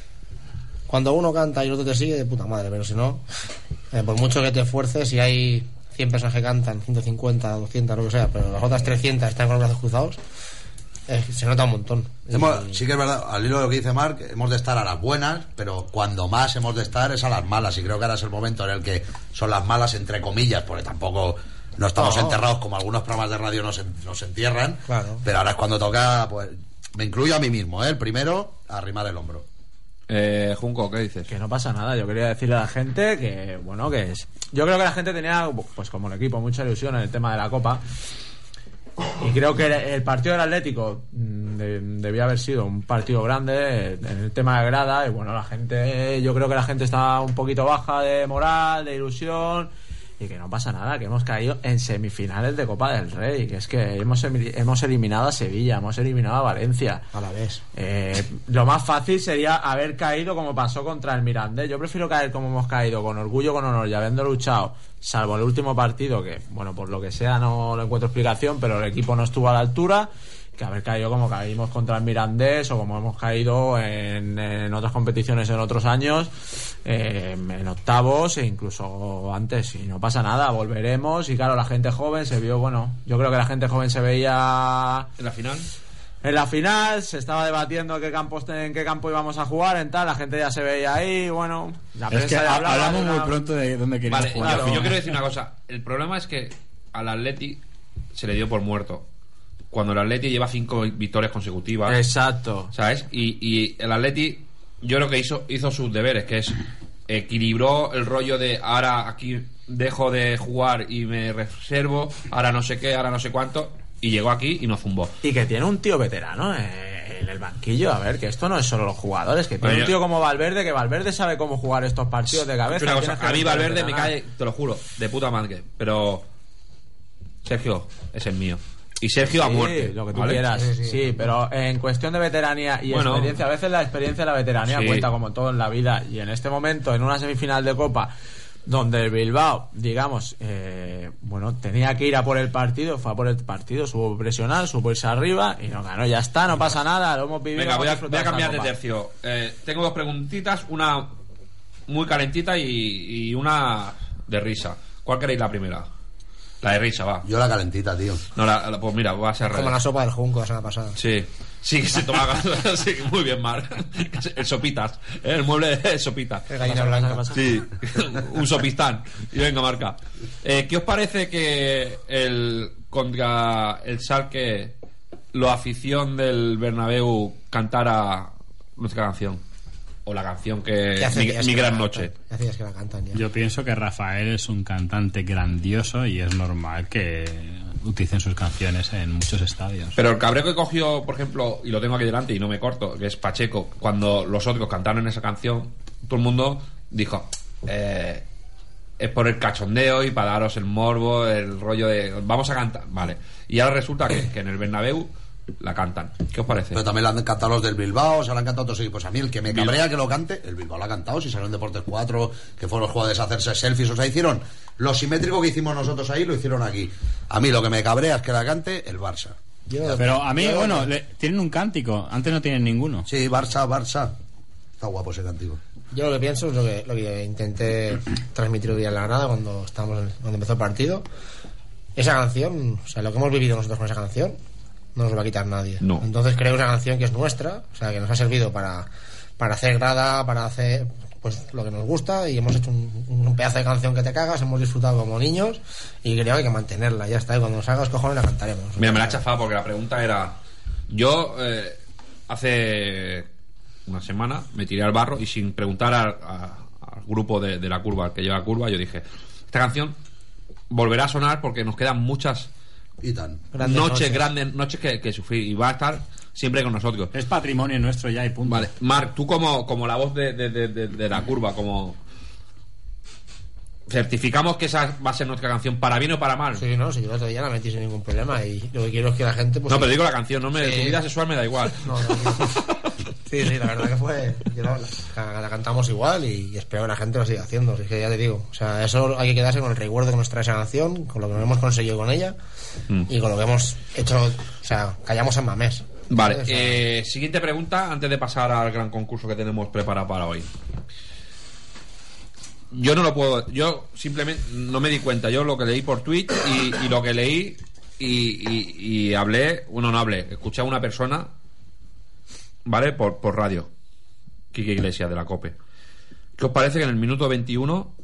uno canta y el otro te sigue, de puta madre, pero si no, por mucho que te esfuerces, si hay 100 personas que cantan, 150, 200, lo que sea, pero las otras 300 están con los brazos cruzados, se nota un montón. Sí que es verdad, al hilo de lo que dice Marc, hemos de estar a las buenas, pero cuando más hemos de estar es a las malas, y creo que ahora es el momento en el que son las malas entre comillas, porque tampoco no estamos enterrados como algunos programas de radio nos entierran, claro. Pero ahora es cuando toca, pues me incluyo a mí mismo, el primero a arrimar el hombro. Junco, ¿qué dices? Que no pasa nada. Yo quería decirle a la gente que, bueno, que es... Yo creo que la gente tenía, pues como el equipo, mucha ilusión en el tema de la Copa. Y creo que el partido del Atlético debía haber sido un partido grande en el tema de grada. Y bueno, yo creo que la gente está un poquito baja de moral, de ilusión. Y que no pasa nada, que hemos caído en semifinales de Copa del Rey, que es que hemos eliminado a Sevilla, hemos eliminado a Valencia a la vez. Lo más fácil sería haber caído como pasó contra el Mirandés. Yo prefiero caer como hemos caído, con orgullo, con honor, y habiendo luchado, salvo el último partido, que bueno, por lo que sea no le encuentro explicación, pero el equipo no estuvo a la altura, que haber caído como caímos contra el Mirandés o como hemos caído en otras competiciones en otros años, en octavos e incluso antes, y no pasa nada, volveremos. Y claro, la gente joven se vio, bueno, yo creo que la gente joven se veía en la final. En la final se estaba debatiendo en qué campo íbamos a jugar, en tal, la gente ya se veía ahí, bueno, la es que hablamos muy pronto de dónde queríamos jugar. Yo quiero decir una cosa, el problema es que al Atleti se le dio por muerto cuando el Atleti lleva 5 victorias consecutivas. Exacto. ¿Sabes? Y el Atleti, yo creo que hizo sus deberes, que es equilibró el rollo de ahora aquí dejo de jugar y me reservo, ahora no sé qué, ahora no sé cuánto. Y llegó aquí y nos zumbó. Y que tiene un tío veterano en el banquillo. A ver, que esto no es solo los jugadores. Que tiene un tío como Valverde, que Valverde sabe cómo jugar estos partidos de cabeza. Una cosa, a mí Valverde me cae, te lo juro, de puta madre. Pero Sergio es el mío. Y Sergio a muerte. Lo que tú quieras. Sí, pero en cuestión de veteranía y experiencia, a veces la experiencia y la veteranía cuenta como todo en la vida. Y en este momento, en una semifinal de Copa, donde el Bilbao, digamos, tenía que ir a por el partido, fue a por el partido, supo presionar, supo irse arriba y no ganó, ya está, no pasa nada, lo hemos vivido. Venga, voy a cambiar de tercio. Tengo 2 preguntitas, una muy calentita y una de risa. ¿Cuál queréis la primera? La de risa, va. Yo la calentita, tío. No, pues mira, va a ser como la sopa del junco la semana pasada. Sí, que se toma. Sí, muy bien, Marc. El sopitas, el mueble de sopitas. El gallina blanca. Sí, un sopistán. Y venga, Marca. ¿Qué os parece que contra el Schalke la afición del Bernabéu cantara nuestra canción? O la canción que mi gran noche. Hacías que la cantan ya. Yo pienso que Rafael es un cantante grandioso y es normal que utilicen sus canciones en muchos estadios. Pero el cabreo que cogió, por ejemplo, y lo tengo aquí delante y no me corto, que es Pacheco, cuando los otros cantaron esa canción, todo el mundo dijo es por el cachondeo y para daros el morbo, el rollo de vamos a cantar, vale. Y ahora resulta que en el Bernabéu la cantan. ¿Qué os parece? Pero también la han cantado los del Bilbao, se la han cantado otros equipos. A mí el que me cabrea que lo cante, el Bilbao la ha cantado, si salió en Deportes 4, que fueron los jugadores a hacerse selfies, o sea, hicieron lo simétrico que hicimos nosotros ahí, lo hicieron aquí. A mí lo que me cabrea es que la cante el Barça. Pero a mí, tienen un cántico, antes no tienen ninguno. Sí, Barça. Está guapo ese cántico. Yo lo que pienso es lo que intenté transmitir hoy día en la Granada cuando empezó el partido. Esa canción, o sea, lo que hemos vivido nosotros con esa canción no nos lo va a quitar nadie. No. Entonces creo una canción que es nuestra, o sea, que nos ha servido para hacer grada, para hacer pues lo que nos gusta, y hemos hecho un pedazo de canción que te cagas, hemos disfrutado como niños y creo que hay que mantenerla, ya está, y cuando nos salga los cojones la cantaremos. Mira, me la he chafado porque la pregunta era, yo hace una semana me tiré al barro y sin preguntar al grupo de la curva, al que lleva curva, yo dije, esta canción volverá a sonar porque nos quedan muchas grandes noches que sufrir, y va a estar siempre con nosotros. Es patrimonio nuestro ya y punto. Vale, Marc, tú como la voz de la curva, como certificamos que esa va a ser nuestra canción, para bien o para mal. Sí, no, si yo el otro día la metí sin ningún problema, y lo que quiero es que la gente pues, no, pero digo la canción, no me tu vida sexual me da igual. No. Sí, la verdad que fue la cantamos igual y espero que la gente lo siga haciendo. Es que ya te digo, o sea, eso hay que quedarse con el recuerdo que nos trae esa canción, con lo que hemos conseguido con ella y con lo que hemos hecho, o sea, callamos en Mamés. Vale, siguiente pregunta antes de pasar al gran concurso que tenemos preparado para hoy. Yo no lo puedo, yo simplemente no me di cuenta, yo lo que leí por tweet y lo que leí y hablé, escuché a una persona, ¿vale? Por radio, Quique Iglesias de la COPE. ¿Qué os parece que en el minuto 21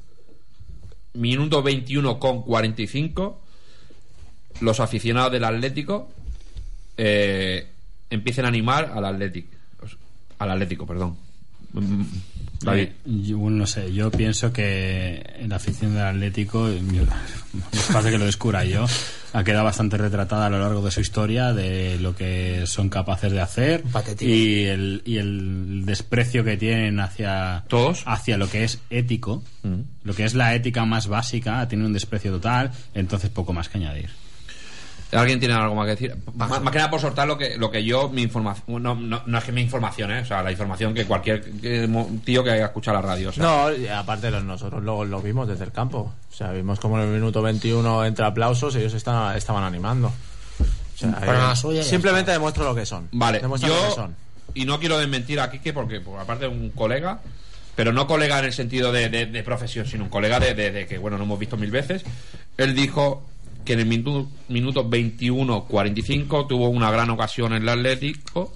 con 45 los aficionados del Atlético empiecen a animar al Atlético, perdón? David. No sé, yo pienso que la afición del Atlético, es fácil que lo descubra yo, ha quedado bastante retratada a lo largo de su historia de lo que son capaces de hacer y el desprecio que tienen hacia lo que es ético, lo que es la ética más básica, tiene un desprecio total, entonces poco más que añadir. ¿Alguien tiene algo más que decir? Más que nada por soltar lo que yo, mi información, no es que mi información, o sea, la información que cualquier tío que haya escuchado la radio, o sea. No, y aparte nosotros lo vimos desde el campo, o sea, vimos como en el minuto 21 entre aplausos ellos estaban animando. O sea, Para la suya ya simplemente demuestro lo que son. Vale, Demuestra lo que yo, son. y no quiero desmentir a Quique porque aparte de un colega, pero no colega en el sentido de profesión, sino un colega de que, bueno, no hemos visto 1000 veces. Él dijo que en el minuto 21:45 tuvo una gran ocasión en el Atlético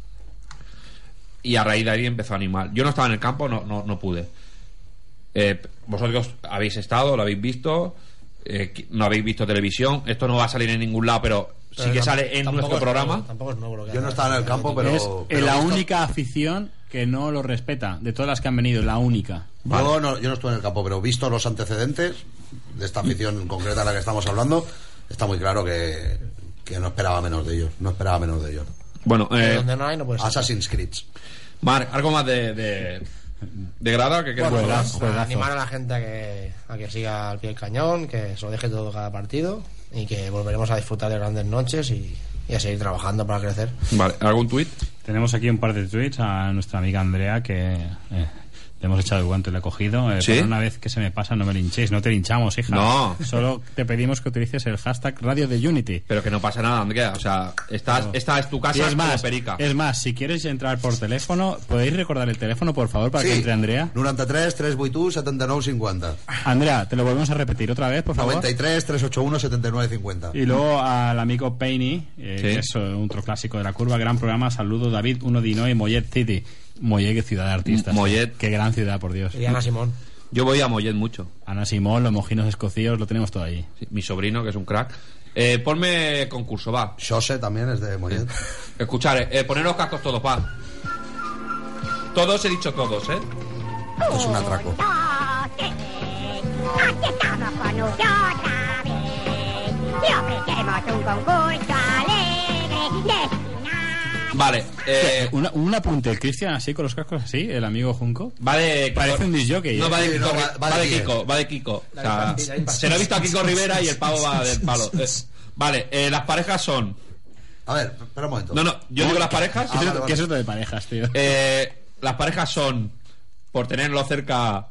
y a raíz de ahí empezó a animar. Yo no estaba en el campo, no pude. Vosotros habéis estado, lo habéis visto, no habéis visto televisión. Esto no va a salir en ningún lado, pero sí que sale en nuestro programa. Tampoco es nuevo lo que Yo no estaba en el campo, pero Es la única afición que no lo respeta. De todas las que han venido, la única. Yo no estuve en el campo, pero visto los antecedentes de esta afición concreta de la que estamos hablando, está muy claro que no esperaba menos de ellos. No esperaba menos de ellos. Bueno, donde no hay, no puede ser. Assassin's Creed. Marc, algo más de grada que Bueno, juegazo. animar a la gente a que siga al pie del cañón, que se lo deje todo cada partido y que volveremos a disfrutar de grandes noches y a seguir trabajando para crecer. Vale, ¿algún tuit? Tenemos aquí un par de tweets a nuestra amiga Andrea que le hemos echado el guante y le he cogido. ¿Sí? Pero una vez que se me pasa, no me linchéis. No te linchamos, hija. No. Solo te pedimos que utilices el hashtag Radio de Unity. Pero que no pasa nada, Andrea. O sea, esta es tu casa, Y como Perica. es más, si quieres entrar por teléfono, ¿podéis recordar el teléfono, por favor, para que entre Andrea? 93 381 79 50. Andrea, te lo volvemos a repetir otra vez, por favor. 93 381 79 50. Y luego al amigo Peini, que es otro clásico de la curva. Gran programa, saludo David, uno de Inoy, Mollet City. Mollet, qué ciudad de artistas. Mollet. Qué gran ciudad, por Dios. Y Ana Simón. Yo voy a Mollet mucho. Ana Simón, los mojinos escocíos, lo tenemos todo ahí. Sí, mi sobrino, que es un crack. Ponme concurso, va. Jose también es de Mollet. Escuchar, poner los cascos todos, va. Todos, he dicho todos, ¿eh? Esto es un atraco. Aquí estamos con otra vez y ofrecemos un concurso alegre. Vale, un apunte, el Cristian así con los cascos así, el amigo Junco. Va de Parece un disjockey. No, va de Kiko. no, Va de Kiko, va de Kiko. O sea, se lo ha visto a Kiko Rivera y el pavo va del palo. Vale, las parejas son. A ver, espera un momento. No, yo digo las parejas. ¿Qué es esto de parejas, tío? Las parejas son, por tenerlo cerca,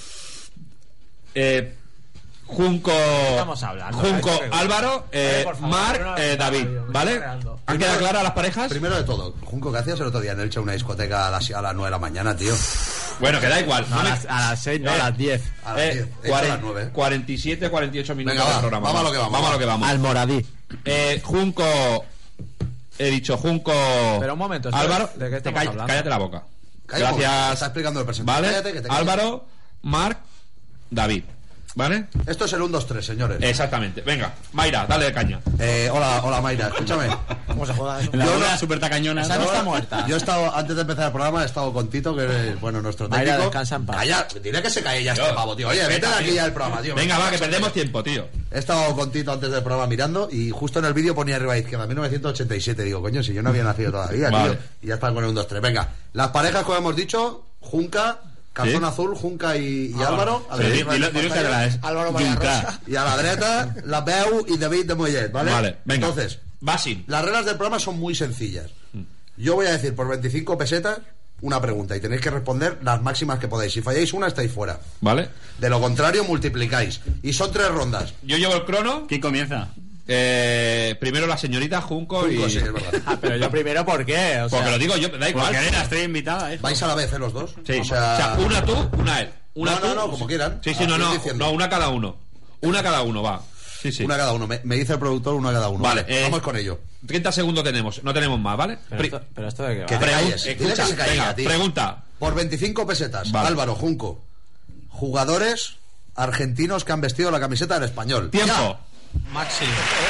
Junco, Estamos hablando, Junco, Álvaro, por favor, Marc, David, ¿vale? ¿Han quedado claras las parejas? Primero de todo, Junco, ¿qué hacías el otro día en Elche, una discoteca a las 9 de la mañana, tío? Bueno, que da igual. No, a las 6, no, a las 10. A las 10. He hecho a las 9. 47, 48 minutos Venga, del va, programa. vamos a lo que vamos. Vamos a lo que vamos. Almoradí. Junco, he dicho Junco, Pero un momento, Álvaro, ¿de qué estamos hablando? cállate la boca. Calla, Gracias. está explicando el presente. Vale, Cállate, que te calles. Álvaro, Marc, David. ¿Vale? Esto es el 1, 2, 3, señores. Exactamente. Venga, Mayra, dale de caña. Hola Mayra, escúchame. ¿Cómo se juega eso? La Yo hora no- súper tacañona. Esa no está muerta. Yo he estado, antes de empezar el programa, he estado con Tito, que es, bueno, nuestro Mayra, técnico. descansa en paz. Calla, dile que se calle ya este pavo, tío. Oye, vete de aquí ya del programa, tío. Venga, va, que perdemos tiempo, tío. He estado con Tito antes del programa mirando y justo en el vídeo ponía arriba a izquierda 1987. Digo, coño, si yo no había nacido todavía, Vale. tío. Y ya está con el 1, 2, 3. Venga, las parejas, como hemos dicho, Junca, Calzón ¿Sí? Azul, Junca y Álvaro. A Sí, ver, dilo que es Álvaro María Junca. Rosa. y a la derecha, la Beu y David de Mollet, ¿vale? Vale, venga. Entonces, Basin. las reglas del programa son muy sencillas. Yo voy a decir por 25 pesetas una pregunta y tenéis que responder las máximas que podáis. Si falláis una, estáis fuera. ¿Vale? De lo contrario, multiplicáis. Y son 3 rondas. Yo llevo el crono. ¿Quién comienza? Primero la señorita Junco y. Junco, sí, es verdad. Ah, pero yo primero, ¿por qué? O sea, Porque lo digo yo, da igual. Porque Elena, estoy invitada. ¿Vais a la vez, los dos? Sí, O sea, una tú, una él. Una No, tú. no, como quieran. Sí, no, Estoy no. diciendo. No, una cada uno. Una cada uno, va. Sí, sí. una cada uno. Me dice el productor una cada uno. Vale, vamos con ello. 30 segundos tenemos, no tenemos más, ¿vale? pero esto de qué va. Que te calles. Dile que Escucha, se caiga, venga, tío. pregunta. Por 25 pesetas, Vale. Álvaro, Junco. Jugadores argentinos que han vestido la camiseta del Español. Tiempo. Maxi,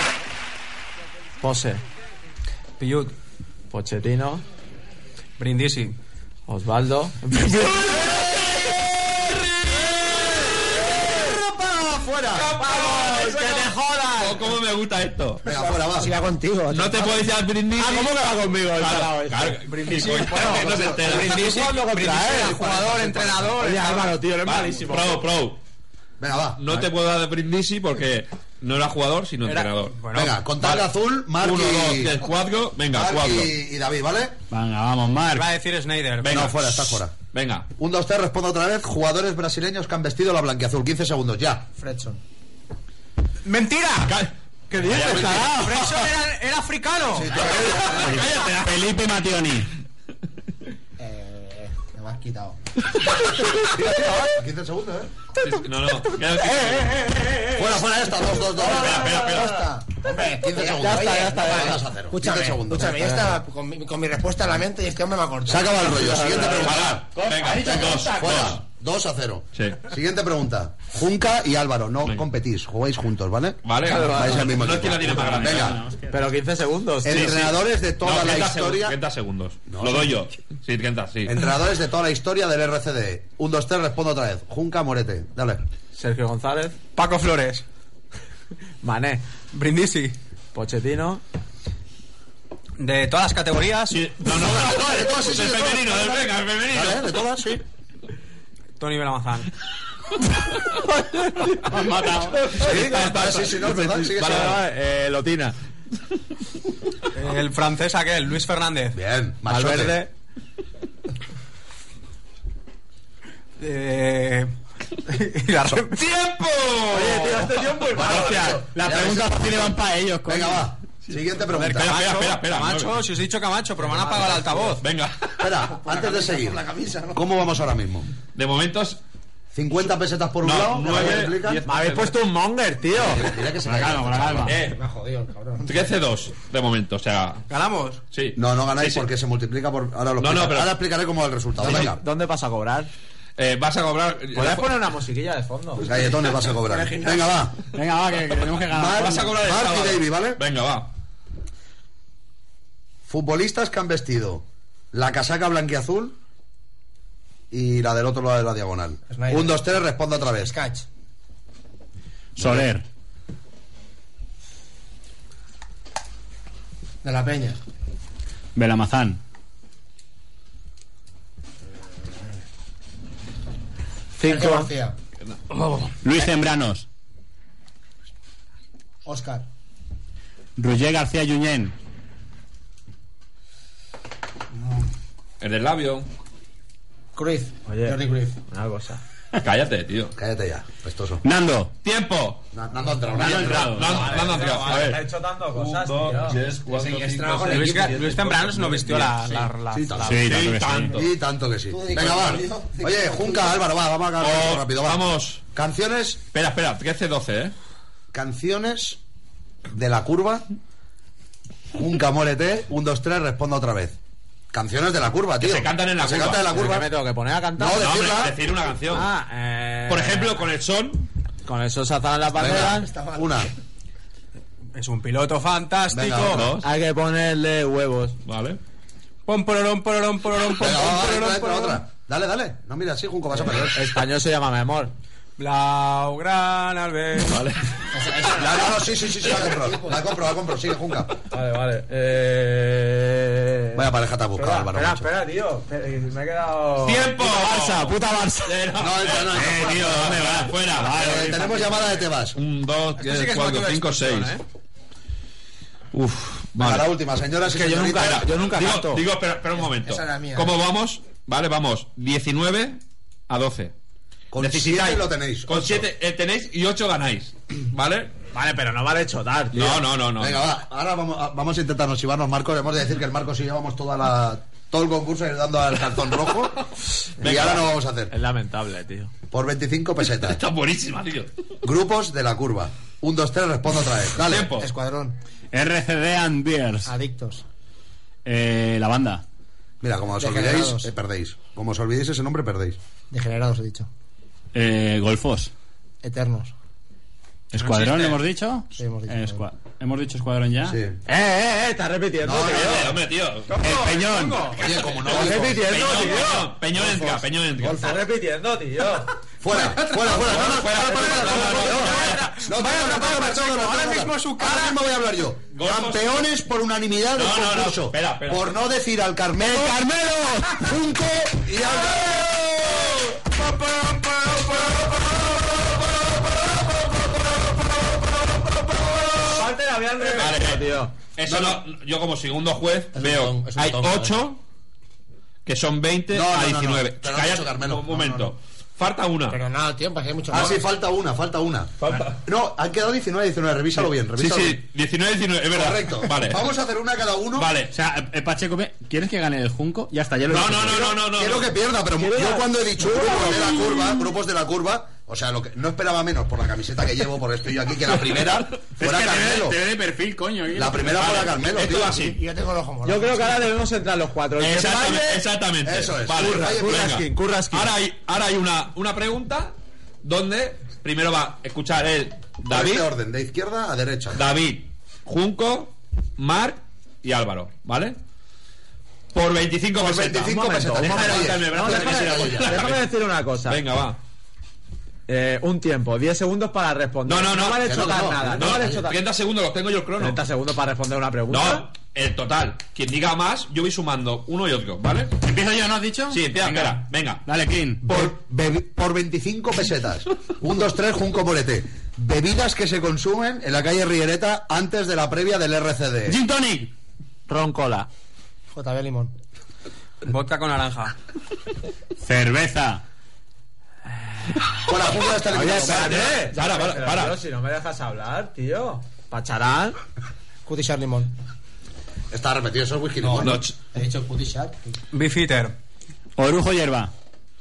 Pose, Piyut, Pochettino, Brindisi, Osvaldo. ¡Fuera! ¡Que te jodas! Oh, ¿Cómo me gusta esto? Venga, fuera, va. Si va contigo. No te puedo decir al Brindisi. Ah, ¿cómo que va conmigo el salado este? Claro, Brindisi, Bueno, que no se entera. Brindisi, Brindisi, jugador, entrenador. Oye, Álvaro, tío, eres malísimo. Pro. Venga, va. No te puedo dar de Brindisi porque no era jugador, sino entrenador. Bueno, Venga, contadle azul, Marc 1, 2, y... 3, 4. Venga, Marc 4. y David, ¿vale? Venga, vamos, Marc. iba a decir Snyder. Venga. No, fuera, está fuera. Venga. 1, 2, 3, respondo otra vez. Jugadores brasileños que han vestido la blanquiazul. 15 segundos, ya. Fredson. ¡Mentira! ¿Qué dices, tarao? Frenson era africano. Sí, Cállate. Felipe Mationi. Me has quitado. 15 segundos, No. Fuera esta, 2. Espera. Hombre, 15 segundos. Ya está. Vas a cero. 15 segundos. Escúchame, ya está con mi respuesta en la mente y este hombre me ha cortado. Se ha acabado el rollo. Siguiente pregunta. Venga, 2. Fuera. 2-0. Sí. Siguiente pregunta. Junca y Álvaro, no competís, jugáis juntos, ¿vale? Vale. Vais al mismo No es equipo. que la tiene más grande. Venga. Pero 15 segundos. Entrenadores de toda la 30 historia. 30 segundos. Lo doy yo. Sí, 30, sí. Entrenadores de toda la historia del RCD. 1, 2, 3, respondo otra vez. Junca, Morete. Dale. Sergio González, Paco Flores. Mané, Brindisi. Pochettino, De todas las categorías. No. De todas, sí, El de todas. femenino, venga, el femenino. Vale, de todas, sí. Tony Belamazán. Me has matado. Sí, no, es verdad. Sigue siendo. vale, Lotina, El francés aquel, Luis Fernández. Bien, Machote. Valverde, Y la ¡Tiempo! Oye, tío, este tío es muy malo. Hostia, las preguntas fáciles van para ellos, coño. Venga, va. Siguiente pregunta. Espera. Camacho, si os he dicho Camacho, pero me han apagado el altavoz. Venga. Espera, antes de seguir. La camisa, ¿no? ¿Cómo vamos ahora mismo? De momentos, 50 pesetas por un No, lado. ¿me 9, multiplican? 10. Me habéis puesto un monger, tío. Mira que se Con la caiga. calma, con la calma. Me ha jodido, cabrón. 13-2 de momento, o sea, ¿Ganamos? sí. No ganáis Sí, sí. porque se multiplica por. Ahora lo No, explicaré. pero- Ahora explicaré cómo es el resultado. Venga. ¿Dónde vas a cobrar? Vas a cobrar. ¿Puedes poner una musiquilla de fondo? Galletones vas a cobrar. Venga, va. Venga, va, que tenemos que ganar. Vas a cobrar el Mark y sábado. David, ¿vale? Venga, va. Futbolistas que han vestido la casaca blanquiazul y la del otro lado de la diagonal. Snyder. 1, 2, 3, responda otra vez. Scatch. Soler. De la Peña. Belamazán. Sergio García. Luis Zembranos. Óscar. Roger García Junyent. El del labio. Cruyff. Oye. Jordi Cruyff. Una cosa. Cállate, tío. Cállate ya, pestoso. Nando. ¡Tiempo! Nando ha entrado. Nando ha entrado. Nando ha entrado. A Ha ver. hecho tantas cosas, 1, 2, tío. 3, 4, 5, Luis Tempranos no vistió la Sí, tanto. Sí, tanto que sí. Y tanto que sí. Venga, va. Oye, Junca, Álvaro, vamos a acabar rápido, va. Vamos. Canciones, Espera, 13-12, canciones de la curva. Junca, muérete. 1, 2, 3, responda otra vez. Canciones de la curva, tío. se cantan en la Que se curva. cantan en la ¿Pero curva. qué me tengo que poner a cantar? No, No, hombre, decirla. decir una canción. Por ejemplo, con el son. Con eso se alzan las Venga, banderas. una. Es un piloto fantástico. Venga, Dos. Hay que ponerle huevos. Vale. Pom, pororón, pororón, pororón, pom, Venga, va, pororón, entra pororón. otra. Dale. No, mira, sí, Junco, vas a perder. Español se llama mi amor. Blaugrana al ver. Vale. No, sí, la compro. Sigue, Junca. Vale. Vaya pareja te ha buscado, Álvaro. macho. Espera, tío. Me he quedado... ¡Tiempo! Puta Barça. No, Tío, ¿dónde vas? Fuera. Vale. tenemos llamada de Tebas. 1, 2, Esto sí 3, que es 4, motivo de 5, 6. expulsión, Uf. Venga, Vale. la última, señoras y que yo señoritas. nunca canto. Digo, espera un momento. Esa era mía. ¿Cómo vamos? Vale, vamos. 19 a 12. Con Necesitáis- 7 lo tenéis. Con 8. 7 tenéis y 8 ganáis. ¿Vale? Vale, pero no vale chotar, tío. No. Venga, va. Ahora vamos a intentar chivarnos Marcos. Hemos de decir que el Marcos y llevamos todo el concurso dando al cartón rojo. Y Venga, ahora va. no vamos a hacer. Es lamentable, tío. Por 25 pesetas. Está buenísima, tío. Grupos de la curva. 1, 2, 3, respondo otra vez. Dale. Tiempo. Escuadrón. RCD and Beers. Adictos. La banda. Mira, como os olvidéis, Degenerados. perdéis. Como os olvidéis ese nombre, perdéis. Degenerados, he dicho. Golfos. Eternos. ¿Escuadrón existe. hemos dicho? Sí, hemos dicho. ¿Hemos dicho escuadrón ya? Sí. Estás repitiendo, No, tío. Hombre, tío. El Peñón. Oye, como no Estás digo- repitiendo, tío. Peñón entra. Estás repitiendo, tío. Fuera. Ahora mismo voy a hablar yo. Campeones por unanimidad del No. concurso. Espera. Por no decir al Carmelo. Junco y Aparte la habían repetido, tío. Eso no, yo como segundo juez un veo, ton, hay tonto, 8 que son 20 No, a no, 19. no. Pero no Cállate, has dicho Carmelo. un momento. Falta una. Pero nada, tío, para que hay mucho Ah, más. sí, falta una. No, han quedado 19, revísalo bien, Sí, revísalo sí, bien. 19, es verdad. Correcto. Vale. Vamos a hacer una cada uno. Vale. O sea, Pacheco, ¿quieres que gane el Junco? Ya está, ya lo he dicho. No. Quiero que pierda, pero yo cuando he dicho grupos de la curva, o sea, lo que no esperaba menos por la camiseta que llevo, porque estoy yo aquí, que la primera fuera Carmelo. Te ve de perfil, coño. La primera fuera Carmelo, Esto tío. así. Y yo tengo los ojos morados. Yo creo que ahora debemos entrar los cuatro. Exactamente. Eso es. Vale, Curraskin, Curraskin. Ahora hay una pregunta donde primero va a escuchar el Por David, este orden, de izquierda a derecha. David, Junco, Marc y Álvaro, ¿vale? Por 25 Por pesetas. 25 pesetas. Déjame levantarme el brazo. Déjame decir una cosa. Venga, va. Un tiempo, 10 segundos para responder. No. vale que chocar no, nada. No, No vale chocar. 30 segundos los tengo yo el crono. 30 segundos para responder una pregunta. No, el total. Quien diga más, yo voy sumando uno y otro, ¿vale? ¿Empiezo yo, no has dicho? Sí, empieza, espera, venga. Dale, King. Por 25 pesetas. 1, 2, 3, Junco Morete. Bebidas que se consumen en la calle Riereta antes de la previa del RCD. Gin Tonic. Ron Cola. JB Limón. Vodka con naranja. Cerveza. Con la jungla está Oye, eliminado. espérate. Para. Tío, si no me dejas hablar, tío. Pacharán. Cutie Limón. Está repetido, eso es whisky limón. No, He dicho Cutie Shark. Beefeater. Orujo hierba.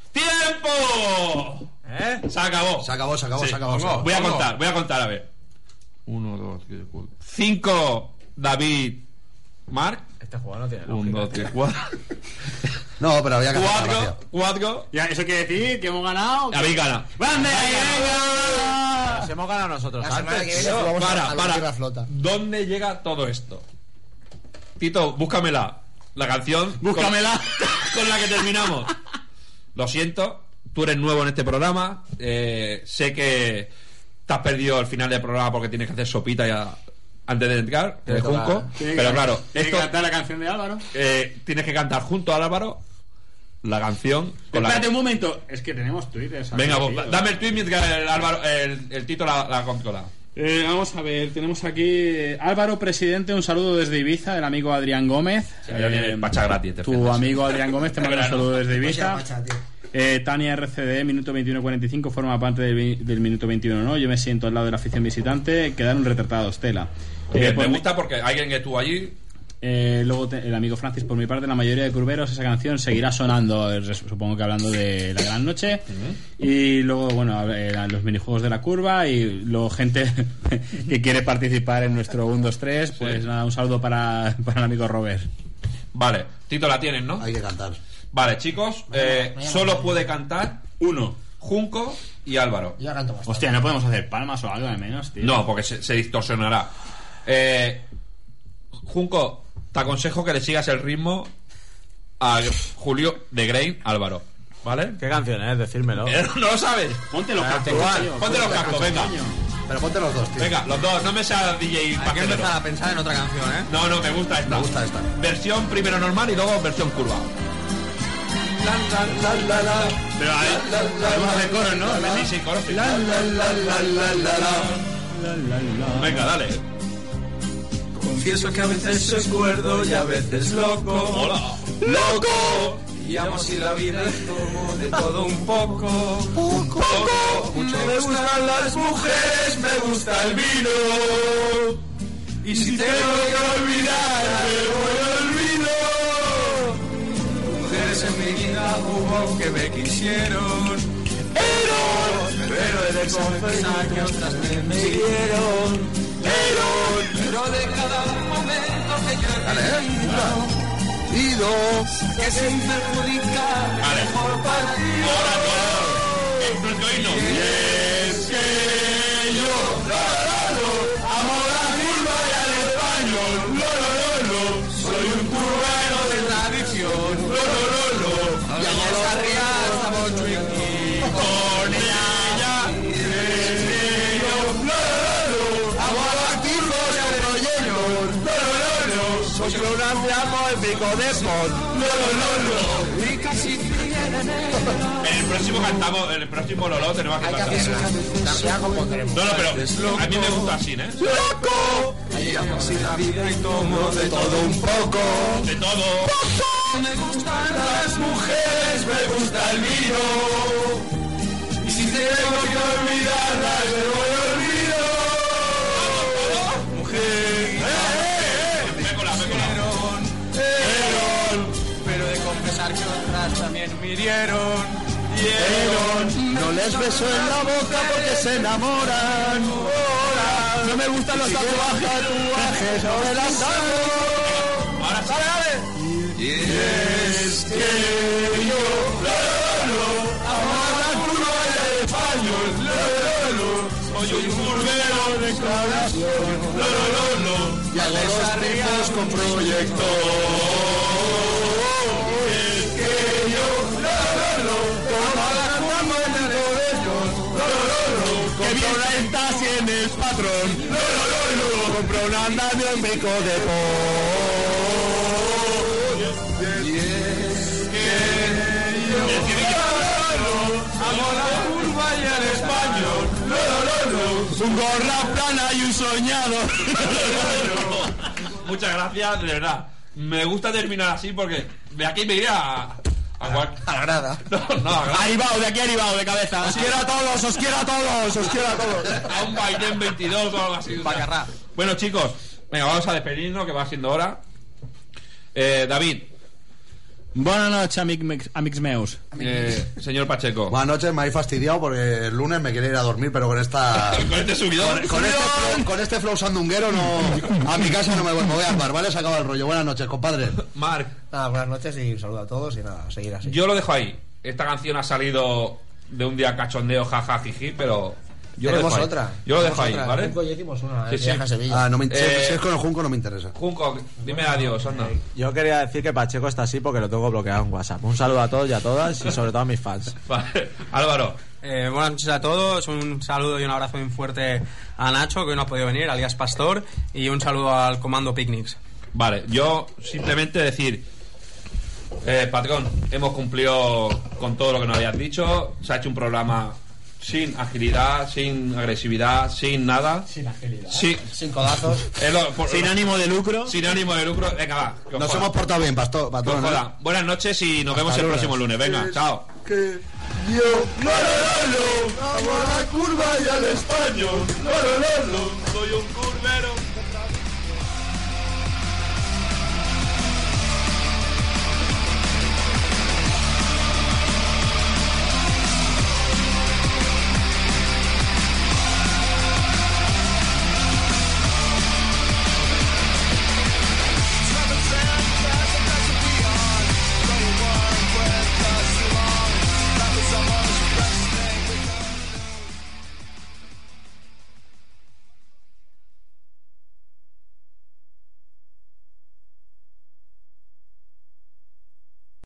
¡Tiempo! Se acabó. Se acabó. Sí, Voy a contar, a ver. 1, 2, 3, 4. 5, David, Marc. Este juego no tiene 1, lógica. 2, 3, 4. No, pero había que hacer la gracia. 4. Ya, eso quiere decir que hemos ganado. Habéis ganado. ¡Grande! ¡Venga! Nos hemos ganado nosotros La semana que antes. viene jugamos a la Para. flota. ¿Dónde llega todo esto? Tito, búscamela. La canción. Búscamela. Con la que terminamos. Lo siento, tú eres nuevo en este programa. Sé que te has perdido el final del programa porque tienes que hacer sopita ya antes de entrar, de Junco. Pero claro, Tienes esto, que cantar la canción de Álvaro. tienes que cantar junto a Álvaro la canción. Con Espérate la... un momento. Es que tenemos Twitter. ¿sabes? Venga, vos, Tío. dame el tweet mientras el Tito la controla. Vamos a ver, tenemos aquí Álvaro, presidente, un saludo desde Ibiza, el amigo Adrián Gómez. Ya viene Pacha gratis. Tu amigo Adrián Gómez te manda un saludo desde Ibiza. Pacha, tío. Tania RCD, minuto 21:45, forma parte del minuto 21, ¿no? Yo me siento al lado de la afición visitante, quedaron retratados, tela. Me gusta porque alguien que estuvo allí. Luego el amigo Francis, por mi parte, la mayoría de curveros, esa canción seguirá sonando, supongo que hablando de la gran noche. Y luego, bueno, los minijuegos de la curva y luego gente que quiere participar en nuestro 1, 2, 3. Pues nada, un saludo para el amigo Robert. Vale, Tito la tienes, ¿no? Hay que cantar. Vale, chicos, solo puede cantar uno, Junco y Álvaro. Yo canto bastante. Hostia, ¿no podemos hacer palmas o algo de menos, tío? No, porque se distorsionará. Junco, te aconsejo que le sigas el ritmo a Julio de Grain Álvaro, ¿vale? ¿Qué canción es? Decírmelo. ¿No lo sabes? Ponte los cascos, tío. Ponte los cascos, venga. Pero ponte los dos, tío. Venga, los dos, no me seas DJ Hay que pastelero. empezar a pensar en otra canción, ¿eh? No, me gusta esta. Me gusta esta. Versión primero normal y luego versión curva. Pero vamos a hacer coros, ¿no? Sí, coros. Sí. Venga, dale. Confieso que a veces soy cuerdo y a veces loco. Hola. ¡Loco! Y amo así la vida y tomo de todo un poco. Mucho me gustan las mujeres, me gusta el vino. Y si tengo que olvidar, me voy al olvido. Mujeres en mi vida hubo que me quisieron. Pero he de confesar que otras me siguieron. Pero de cada momento que yo he vivido, que sin perjudicar, mejor partido. Y es que yo, amo la curva y al español, soy un curvero de tradición, y allá está Rial, estamos drinking con ella. Es que yo, amo a la curva y al español, soy un amo el pico de pod, y casi En el próximo cantamos, en el próximo Lolo tenemos que cantar. No, pero a mí me gusta así, ¿eh? loco, y amo así la vida y tomo de todo un poco. De todo. Me gustan las mujeres, me gusta el vino. recordar que otras también mirieron. No les beso en la boca porque se enamoran. No me gustan los tatuajes sobre la sangre. Ahora sí. Y es que yo amo la curva y el español. Soy un curvero de corazón. Y hago los tripos con proyector. Es que yo compro una estancia en el patrón. Compro un andamio en Brico de Po. Y es que yo amo la curva y el español. Un gorra plana y un soñado. Muchas gracias, de verdad. Me gusta terminar así porque de aquí me iré a la grada. No, Arribao, de aquí arribao, de cabeza. Os quiero a todos, os quiero a todos, os quiero a todos. A un Baiden 22 o algo así. Pacarrá. Bueno, chicos, venga, vamos a despedirnos, que va siendo hora. David. Buenas noches, amics meus. Señor Pacheco. Buenas noches, me habéis fastidiado porque el lunes me quería ir a dormir, pero con esta... con este subidón. Con este flow sandunguero no... A mi casa no me voy al bar, ¿vale? Se acaba el rollo. Buenas noches, compadre. Marc. Nada, buenas noches y un saludo a todos y nada, a seguir así. Yo lo dejo ahí. Esta canción ha salido de un día cachondeo, jaja, jiji, pero... Tenemos otra. Yo lo dejo ahí, ¿vale? Junco ya hicimos una, Sí. viaje a Sevilla. No me interesa. Si es con el Junco no me interesa. Junco, dime adiós, anda. Yo quería decir que Pacheco está así porque lo tengo bloqueado en WhatsApp. Un saludo a todos y a todas y sobre todo a mis fans. Vale. Álvaro. Buenas noches a todos, un saludo y un abrazo muy fuerte a Nacho, que hoy no ha podido venir, alias Pastor, y un saludo al Comando Picnics. Vale, yo simplemente decir, patrón, hemos cumplido con todo lo que nos habías dicho. Se ha hecho un programa sin agilidad, sin agresividad, sin nada. Sin agilidad. Sin codazos. Sin ánimo de lucro. Sin ánimo de lucro. Venga, va. Nos hemos portado bien, patrón. Buenas noches y nos vemos el próximo lunes. Venga, chao. Que yo amo a la curva y al español. Soy un curvero.